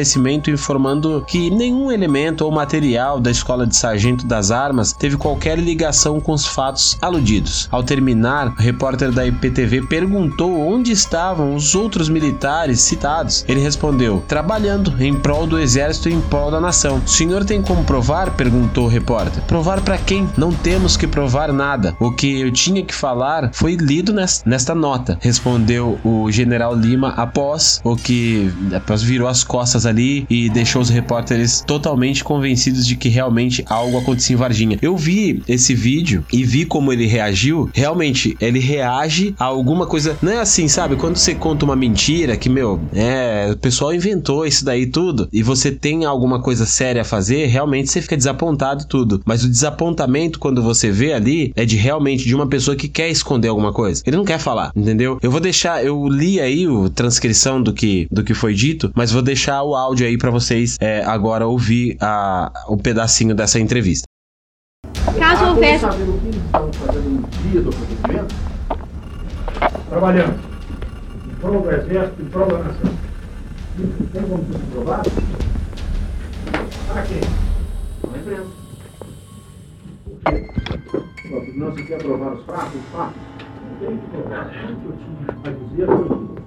S3: documento informando que nenhum elemento ou material da Escola de Sargento das Armas teve qualquer ligação com os fatos aludidos. Ao terminar, o repórter da I P T V perguntou onde estavam os outros militares citados. Ele respondeu: trabalhando em prol do exército e em prol da nação. O senhor tem como provar? Perguntou o repórter. Provar para quem? Não temos que provar nada. O que eu tinha que falar foi lido nesta, nesta nota, respondeu o general Lima após o que após virou as costas ali e deixou os repórteres totalmente convencidos de que realmente algo acontecia em Varginha. Eu vi esse vídeo e vi como ele reagiu. Realmente, ele reage a alguma coisa. Não é assim, sabe? Quando você conta uma mentira que, meu, é, o pessoal inventou isso daí tudo e você tem alguma coisa séria a fazer, realmente você fica desapontado e tudo. Mas o desapontamento, quando você vê ali, é de realmente de uma pessoa que quer esconder alguma coisa. Ele não quer falar, entendeu? Eu vou deixar, eu li aí a transcrição do que, do que foi dito, mas vou deixar o áudio aí pra vocês é, agora ouvir a, o pedacinho dessa entrevista.
S7: Caso houvesse...
S8: Saber o que eles estão fazendo no dia do acontecimento? Trabalhando em prol do exército, em prol da nação. Isso tem como ser provado? Para quê? Não empresa. Por quê? Porque não se quer provar os fatos, os fatos. Não tem que provar. O que eu tinha a dizer foi isso.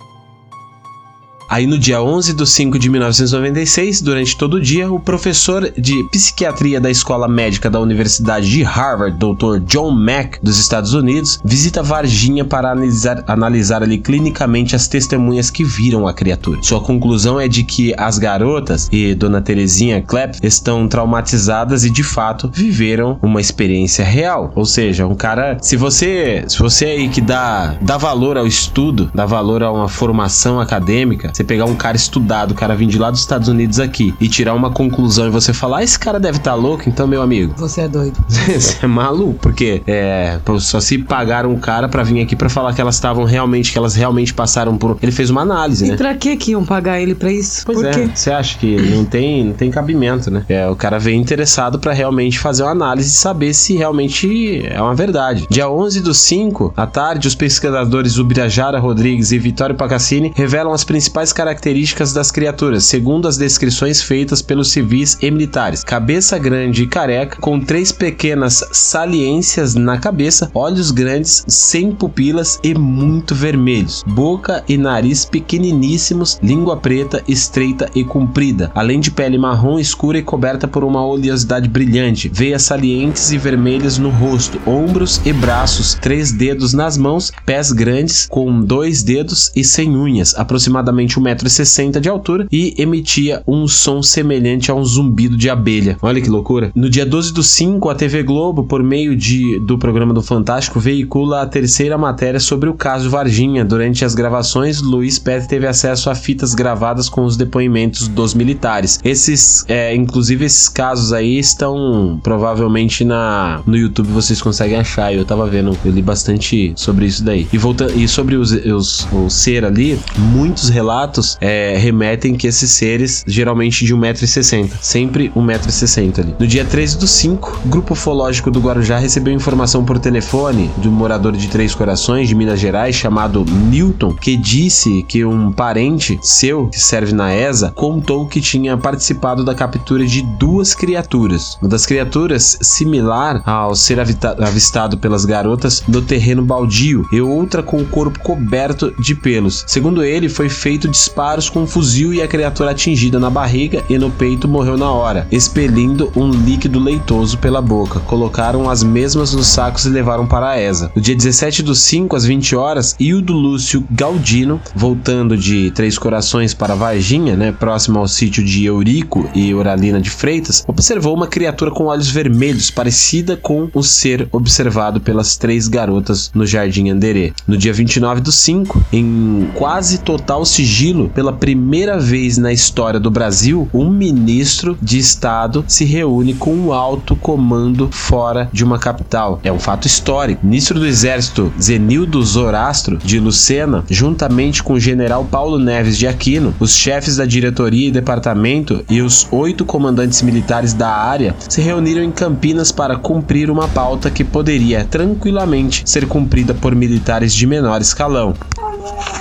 S3: Aí no dia onze de cinco de mil novecentos e noventa e seis, durante todo o dia, o professor de psiquiatria da Escola Médica da Universidade de Harvard, doutor John Mack, dos Estados Unidos, visita Varginha para analisar, analisar ali clinicamente as testemunhas que viram a criatura. Sua conclusão é de que as garotas e Dona Terezinha Klepp estão traumatizadas e de fato viveram uma experiência real. Ou seja, um cara, se você, se você aí que dá, dá valor ao estudo, dá valor a uma formação acadêmica, você pegar um cara estudado, o cara vir de lá dos Estados Unidos aqui e tirar uma conclusão e você falar, ah, esse cara deve estar tá louco, então, meu amigo,
S4: você é doido.
S3: Você é maluco, porque é, só se pagaram um cara pra vir aqui pra falar que elas estavam realmente, que elas realmente passaram por... Ele fez uma análise,
S4: e
S3: né?
S4: E pra que que iam pagar ele pra isso?
S3: Pois
S4: por
S3: é,
S4: quê?
S3: Você acha que não tem, não tem cabimento, né? É, o cara veio interessado pra realmente fazer uma análise e saber se realmente é uma verdade. Dia onze do cinco, à tarde, os pesquisadores Ubirajara Rodrigues e Vitório Pacassini revelam as principais características das criaturas, segundo as descrições feitas pelos civis e militares. Cabeça grande e careca, com três pequenas saliências na cabeça, olhos grandes, sem pupilas e muito vermelhos, boca e nariz pequeniníssimos, língua preta, estreita e comprida, além de pele marrom escura e coberta por uma oleosidade brilhante, veias salientes e vermelhas no rosto, ombros e braços, três dedos nas mãos, pés grandes, com dois dedos e sem unhas, aproximadamente um metro e sessenta de altura, e emitia um som semelhante a um zumbido de abelha. Olha que loucura. No dia doze do cinco, a T V Globo, por meio de, do programa do Fantástico, veicula a terceira matéria sobre o caso Varginha. Durante as gravações, Luiz Petri teve acesso a fitas gravadas com os depoimentos dos militares. Esses, é, inclusive esses casos aí estão provavelmente na, no YouTube, vocês conseguem achar. Eu tava vendo, eu li bastante sobre isso daí. E, voltando, e sobre os, os, o ser ali, muitos relatos é, remetem que esses seres, geralmente de um metro e sessenta, sempre um metro e sessenta ali. No dia treze do cinco, o Grupo Ufológico do Guarujá recebeu informação por telefone de um morador de Três Corações, de Minas Gerais, chamado Newton, que disse que um parente seu, que serve na E S A, contou que tinha participado da captura de duas criaturas. Uma das criaturas similar ao ser avistado pelas garotas no terreno baldio, e outra com o corpo coberto de pelos. Segundo ele, foi feito disparos com um fuzil e a criatura atingida na barriga e no peito morreu na hora, expelindo um líquido leitoso pela boca. Colocaram as mesmas nos sacos e levaram para a E S A. No dia dezessete do cinco, às vinte horas, Hildo Lúcio Galdino, voltando de Três Corações para Varginha, né, próximo ao sítio de Eurico e Uralina de Freitas, observou uma criatura com olhos vermelhos, parecida com o ser observado pelas três garotas no Jardim Anderê. No dia vinte e nove do cinco, em quase total sigilo, pela primeira vez na história do Brasil, um ministro de Estado se reúne com um alto comando fora de uma capital. É um fato histórico. O ministro do Exército, Zenildo Zorastro de Lucena, juntamente com o general Paulo Neves de Aquino, os chefes da diretoria e departamento e os oito comandantes militares da área, se reuniram em Campinas para cumprir uma pauta que poderia tranquilamente ser cumprida por militares de menor escalão.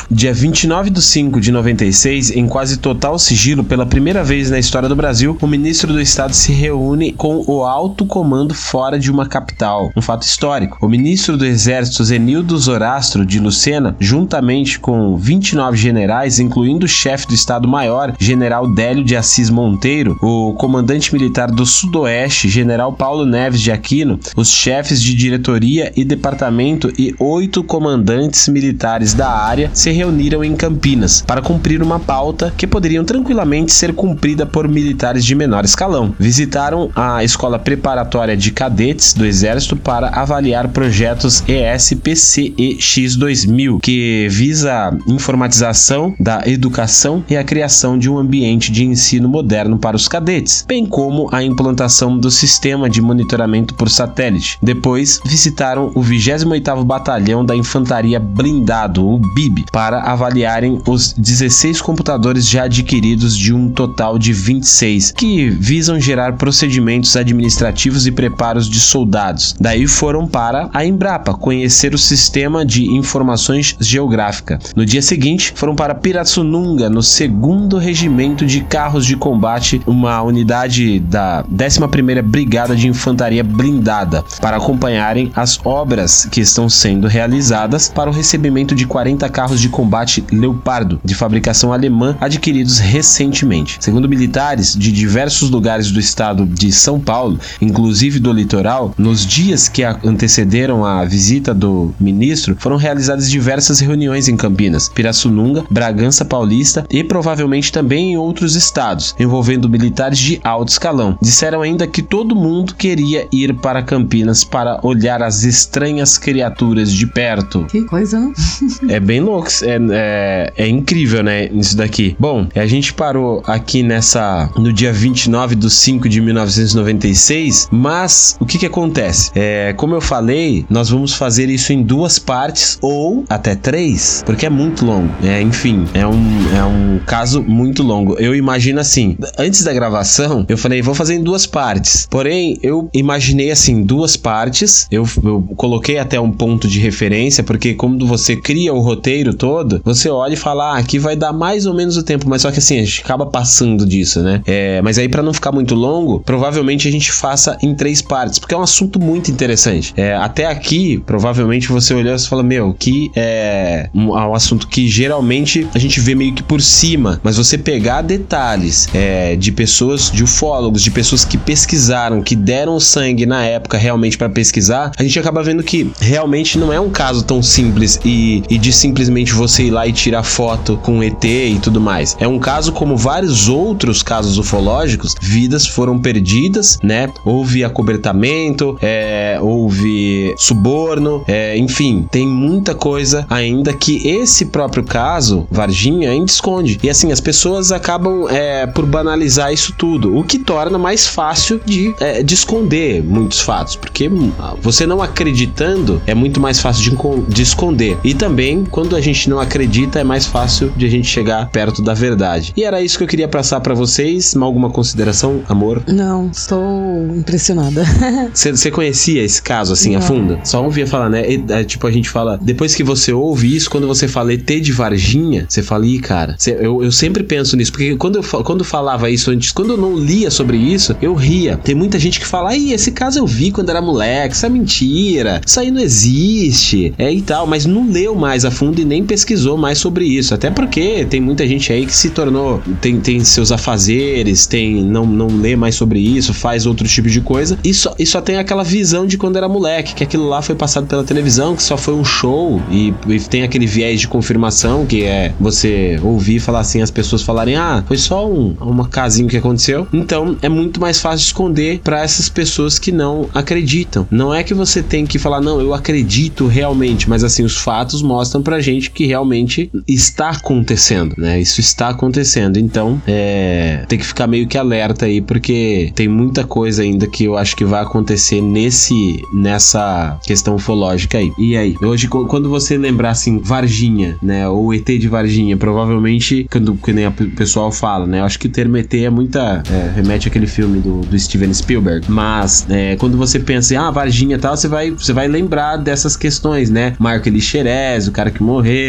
S3: Dia vinte e nove de cinco de noventa e seis, em quase total sigilo, pela primeira vez na história do Brasil, o ministro do Estado se reúne com o alto comando fora de uma capital. Um fato histórico. O ministro do Exército, Zenildo Zorastro de Lucena, juntamente com vinte e nove generais, incluindo o chefe do Estado-Maior, General Délio de Assis Monteiro, o comandante militar do Sudoeste, General Paulo Neves de Aquino, os chefes de diretoria e departamento e oito comandantes militares da área se reuniram em Campinas para cumprir uma pauta que poderiam tranquilamente ser cumprida por militares de menor escalão. Visitaram a Escola Preparatória de Cadetes do Exército para avaliar projetos E S P C E X dois mil, que visa a informatização da educação e a criação de um ambiente de ensino moderno para os cadetes, bem como a implantação do sistema de monitoramento por satélite. Depois, visitaram o vigésimo oitavo Batalhão da Infantaria Blindado, o B I B, para avaliarem os dezesseis computadores já adquiridos de um total de vinte e seis, que visam gerar procedimentos administrativos e preparos de soldados. Daí foram para a Embrapa conhecer o Sistema de Informações Geográfica. No dia seguinte, foram para Pirassununga, no segundo Regimento de Carros de Combate, uma unidade da décima primeira Brigada de Infantaria Blindada, para acompanharem as obras que estão sendo realizadas para o recebimento de quarenta carros de combate Leopardo, de fabricação alemã, adquiridos recentemente. Segundo militares de diversos lugares do estado de São Paulo, inclusive do litoral, nos dias que antecederam a visita do ministro, foram realizadas diversas reuniões em Campinas, Pirassununga, Bragança Paulista e provavelmente também em outros estados, envolvendo militares de alto escalão. Disseram ainda que todo mundo queria ir para Campinas para olhar as estranhas criaturas de perto.
S4: Que coisa, né?
S3: É bem louco, é, é, é incrível, né, isso daqui. Bom, a gente parou aqui nessa, no dia vinte e nove de cinco de mil novecentos e noventa e seis, mas o que que acontece? É, como eu falei, nós vamos fazer isso em duas partes ou até três, porque é muito longo. É, enfim, é um, é um caso muito longo. Eu imagino assim, antes da gravação, eu falei, vou fazer em duas partes. Porém, eu imaginei assim, duas partes, eu, eu coloquei até um ponto de referência, porque quando você cria o roteiro todo, você olha e fala, ah, aqui vai dar mais ou menos o tempo, mas só que assim, a gente acaba passando disso, né? É, mas aí pra não ficar muito longo, provavelmente a gente faça em três partes, porque é um assunto muito interessante. É, até aqui, provavelmente você olhou e fala, meu, que é um, é um assunto que geralmente a gente vê meio que por cima, mas você pegar detalhes é, de pessoas, de ufólogos, de pessoas que pesquisaram, que deram sangue na época realmente pra pesquisar, a gente acaba vendo que realmente não é um caso tão simples e, e de simplesmente você ir lá e tirar foto com E T e tudo mais. É um caso como vários outros casos ufológicos, vidas foram perdidas, né? Houve acobertamento, é, houve suborno, é, enfim, tem muita coisa ainda que esse próprio caso, Varginha, ainda esconde. E assim, as pessoas acabam é, por banalizar isso tudo, o que torna mais fácil de, é, de esconder muitos fatos, porque você não acreditando é muito mais fácil de, de esconder. E também, quando a gente não acredita, é mais fácil de a gente chegar perto da verdade. E era isso que eu queria passar pra vocês. Alguma consideração, amor?
S4: Não, estou impressionada.
S3: Você conhecia esse caso, assim,
S4: não.
S3: A fundo? Só ouvia falar, né? E, é, tipo, a gente fala, depois que você ouve isso, quando você fala E T de Varginha, você fala, ih, cara, cê, eu, eu sempre penso nisso, porque quando eu, quando eu falava isso antes, quando eu não lia sobre isso, eu ria. Tem muita gente que fala, aí, esse caso eu vi quando era moleque, isso é mentira, isso aí não existe, é e tal, mas não leu mais a fundo e nem pesquisou mais sobre isso, até porque tem muita gente aí que se tornou, tem, tem seus afazeres, tem, não, não lê mais sobre isso, faz outro tipo de coisa, e só, e só tem aquela visão de quando era moleque, que aquilo lá foi passado pela televisão, que só foi um show, e, e tem aquele viés de confirmação, que é você ouvir e falar assim, as pessoas falarem, ah, foi só um, uma casinho que aconteceu. Então, é muito mais fácil de esconder pra essas pessoas que não acreditam. Não é que você tem que falar, não, eu acredito realmente, mas assim, os fatos mostram pra gente que realmente está acontecendo, né? Isso está acontecendo. Então, é, tem que ficar meio que alerta aí, porque tem muita coisa ainda que eu acho que vai acontecer nesse, nessa questão ufológica aí. E aí? Hoje, quando você lembrar, assim, Varginha, né? Ou E T de Varginha, provavelmente, quando que nem o pessoal fala, né? Eu acho que o termo E T é muita... É, remete àquele filme do, do Steven Spielberg. Mas, é, quando você pensa em, ah, Varginha e tal, você vai, você vai lembrar dessas questões, né? Marco Elixerez, o cara que morreu,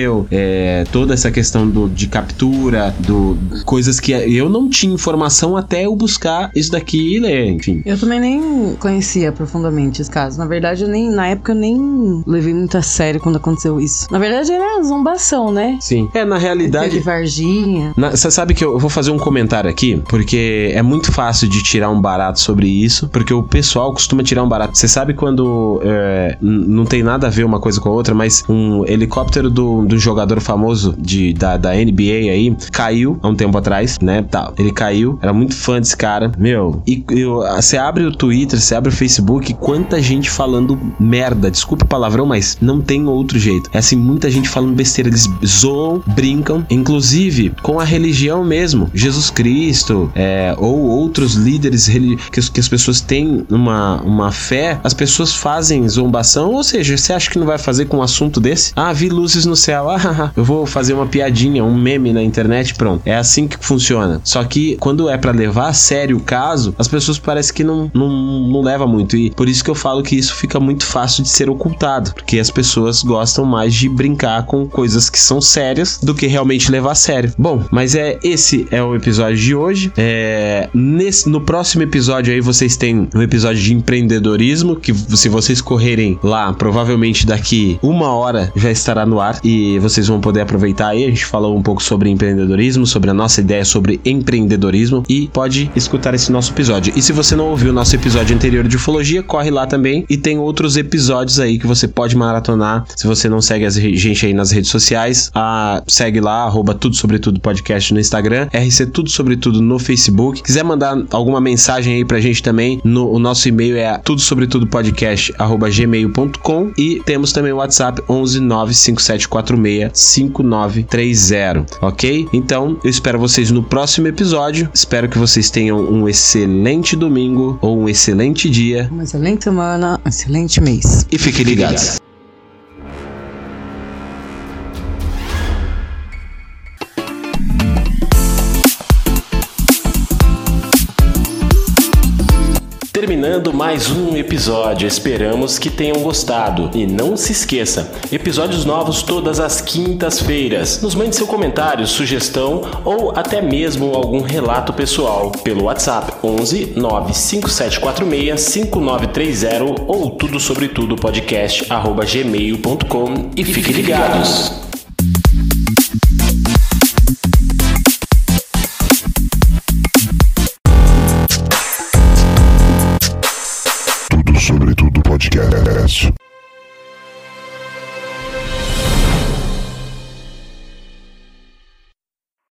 S3: aconteceu, é, toda essa questão do, de captura, do, coisas que eu não tinha informação até eu buscar isso daqui e ler, enfim.
S4: Eu também nem conhecia profundamente esse caso. Na verdade, eu nem, na época eu nem levei muito a sério quando aconteceu isso. Na verdade, era zombação, né?
S3: Sim. É, na realidade...
S4: De Varginha.
S3: Você sabe que eu vou fazer um comentário aqui, porque é muito fácil de tirar um barato sobre isso, porque o pessoal costuma tirar um barato. Você sabe quando é, não tem nada a ver uma coisa com a outra, mas um helicóptero do, do jogador famoso de, da, da N B A aí caiu há um tempo atrás, né? Tá, ele caiu, era muito fã desse cara, meu. E você abre o Twitter, você abre o Facebook, quanta gente falando merda. Desculpa o palavrão, mas não tem outro jeito. É assim, muita gente falando besteira. Eles zoam, brincam, inclusive com a religião mesmo. Jesus Cristo, é, ou outros líderes que, que as pessoas têm uma, uma fé, as pessoas fazem zombação. Ou seja, você acha que não vai fazer com um assunto desse? Ah, vi luzes no céu. Ah, eu vou fazer uma piadinha, um meme na internet, pronto. É assim que funciona. Só que quando é pra levar a sério o caso, as pessoas parecem que não, não, não leva muito. E por isso que eu falo que isso fica muito fácil de ser ocultado, porque as pessoas gostam mais de brincar com coisas que são sérias do que realmente levar a sério. Bom, mas é esse é o episódio de hoje. É, nesse, no próximo episódio aí vocês têm um episódio de empreendedorismo, que se vocês correrem lá, provavelmente daqui uma hora já estará no ar e vocês vão poder aproveitar aí. A gente falou um pouco sobre empreendedorismo, sobre a nossa ideia sobre empreendedorismo, e pode escutar esse nosso episódio. E se você não ouviu o nosso episódio anterior de ufologia, corre lá também, e tem outros episódios aí que você pode maratonar. Se você não segue a gente aí nas redes sociais, a, segue lá, arroba Tudo Sobre Tudo Podcast no Instagram, R C Tudo Sobre Tudo no Facebook. Quiser mandar alguma mensagem aí pra gente também, no, o nosso e-mail é tudo sobre tudo podcast arroba gmail ponto com, e temos também o WhatsApp onze nove cinco sete quatro seis cinco nove três zero, ok? Então, eu espero vocês no próximo episódio. Espero que vocês tenham um excelente domingo ou um excelente dia.
S4: Uma excelente semana, um excelente mês.
S3: E fiquem ligados. Terminando mais um episódio, esperamos que tenham gostado. E não se esqueça, episódios novos todas as quintas-feiras. Nos mande seu comentário, sugestão ou até mesmo algum relato pessoal pelo WhatsApp onze nove cinco sete quatro seis cinco nove três zero ou tudo sobre tudo podcast arroba gmail ponto com, e fiquem ligados.
S1: Tudo sobre tudo podcast.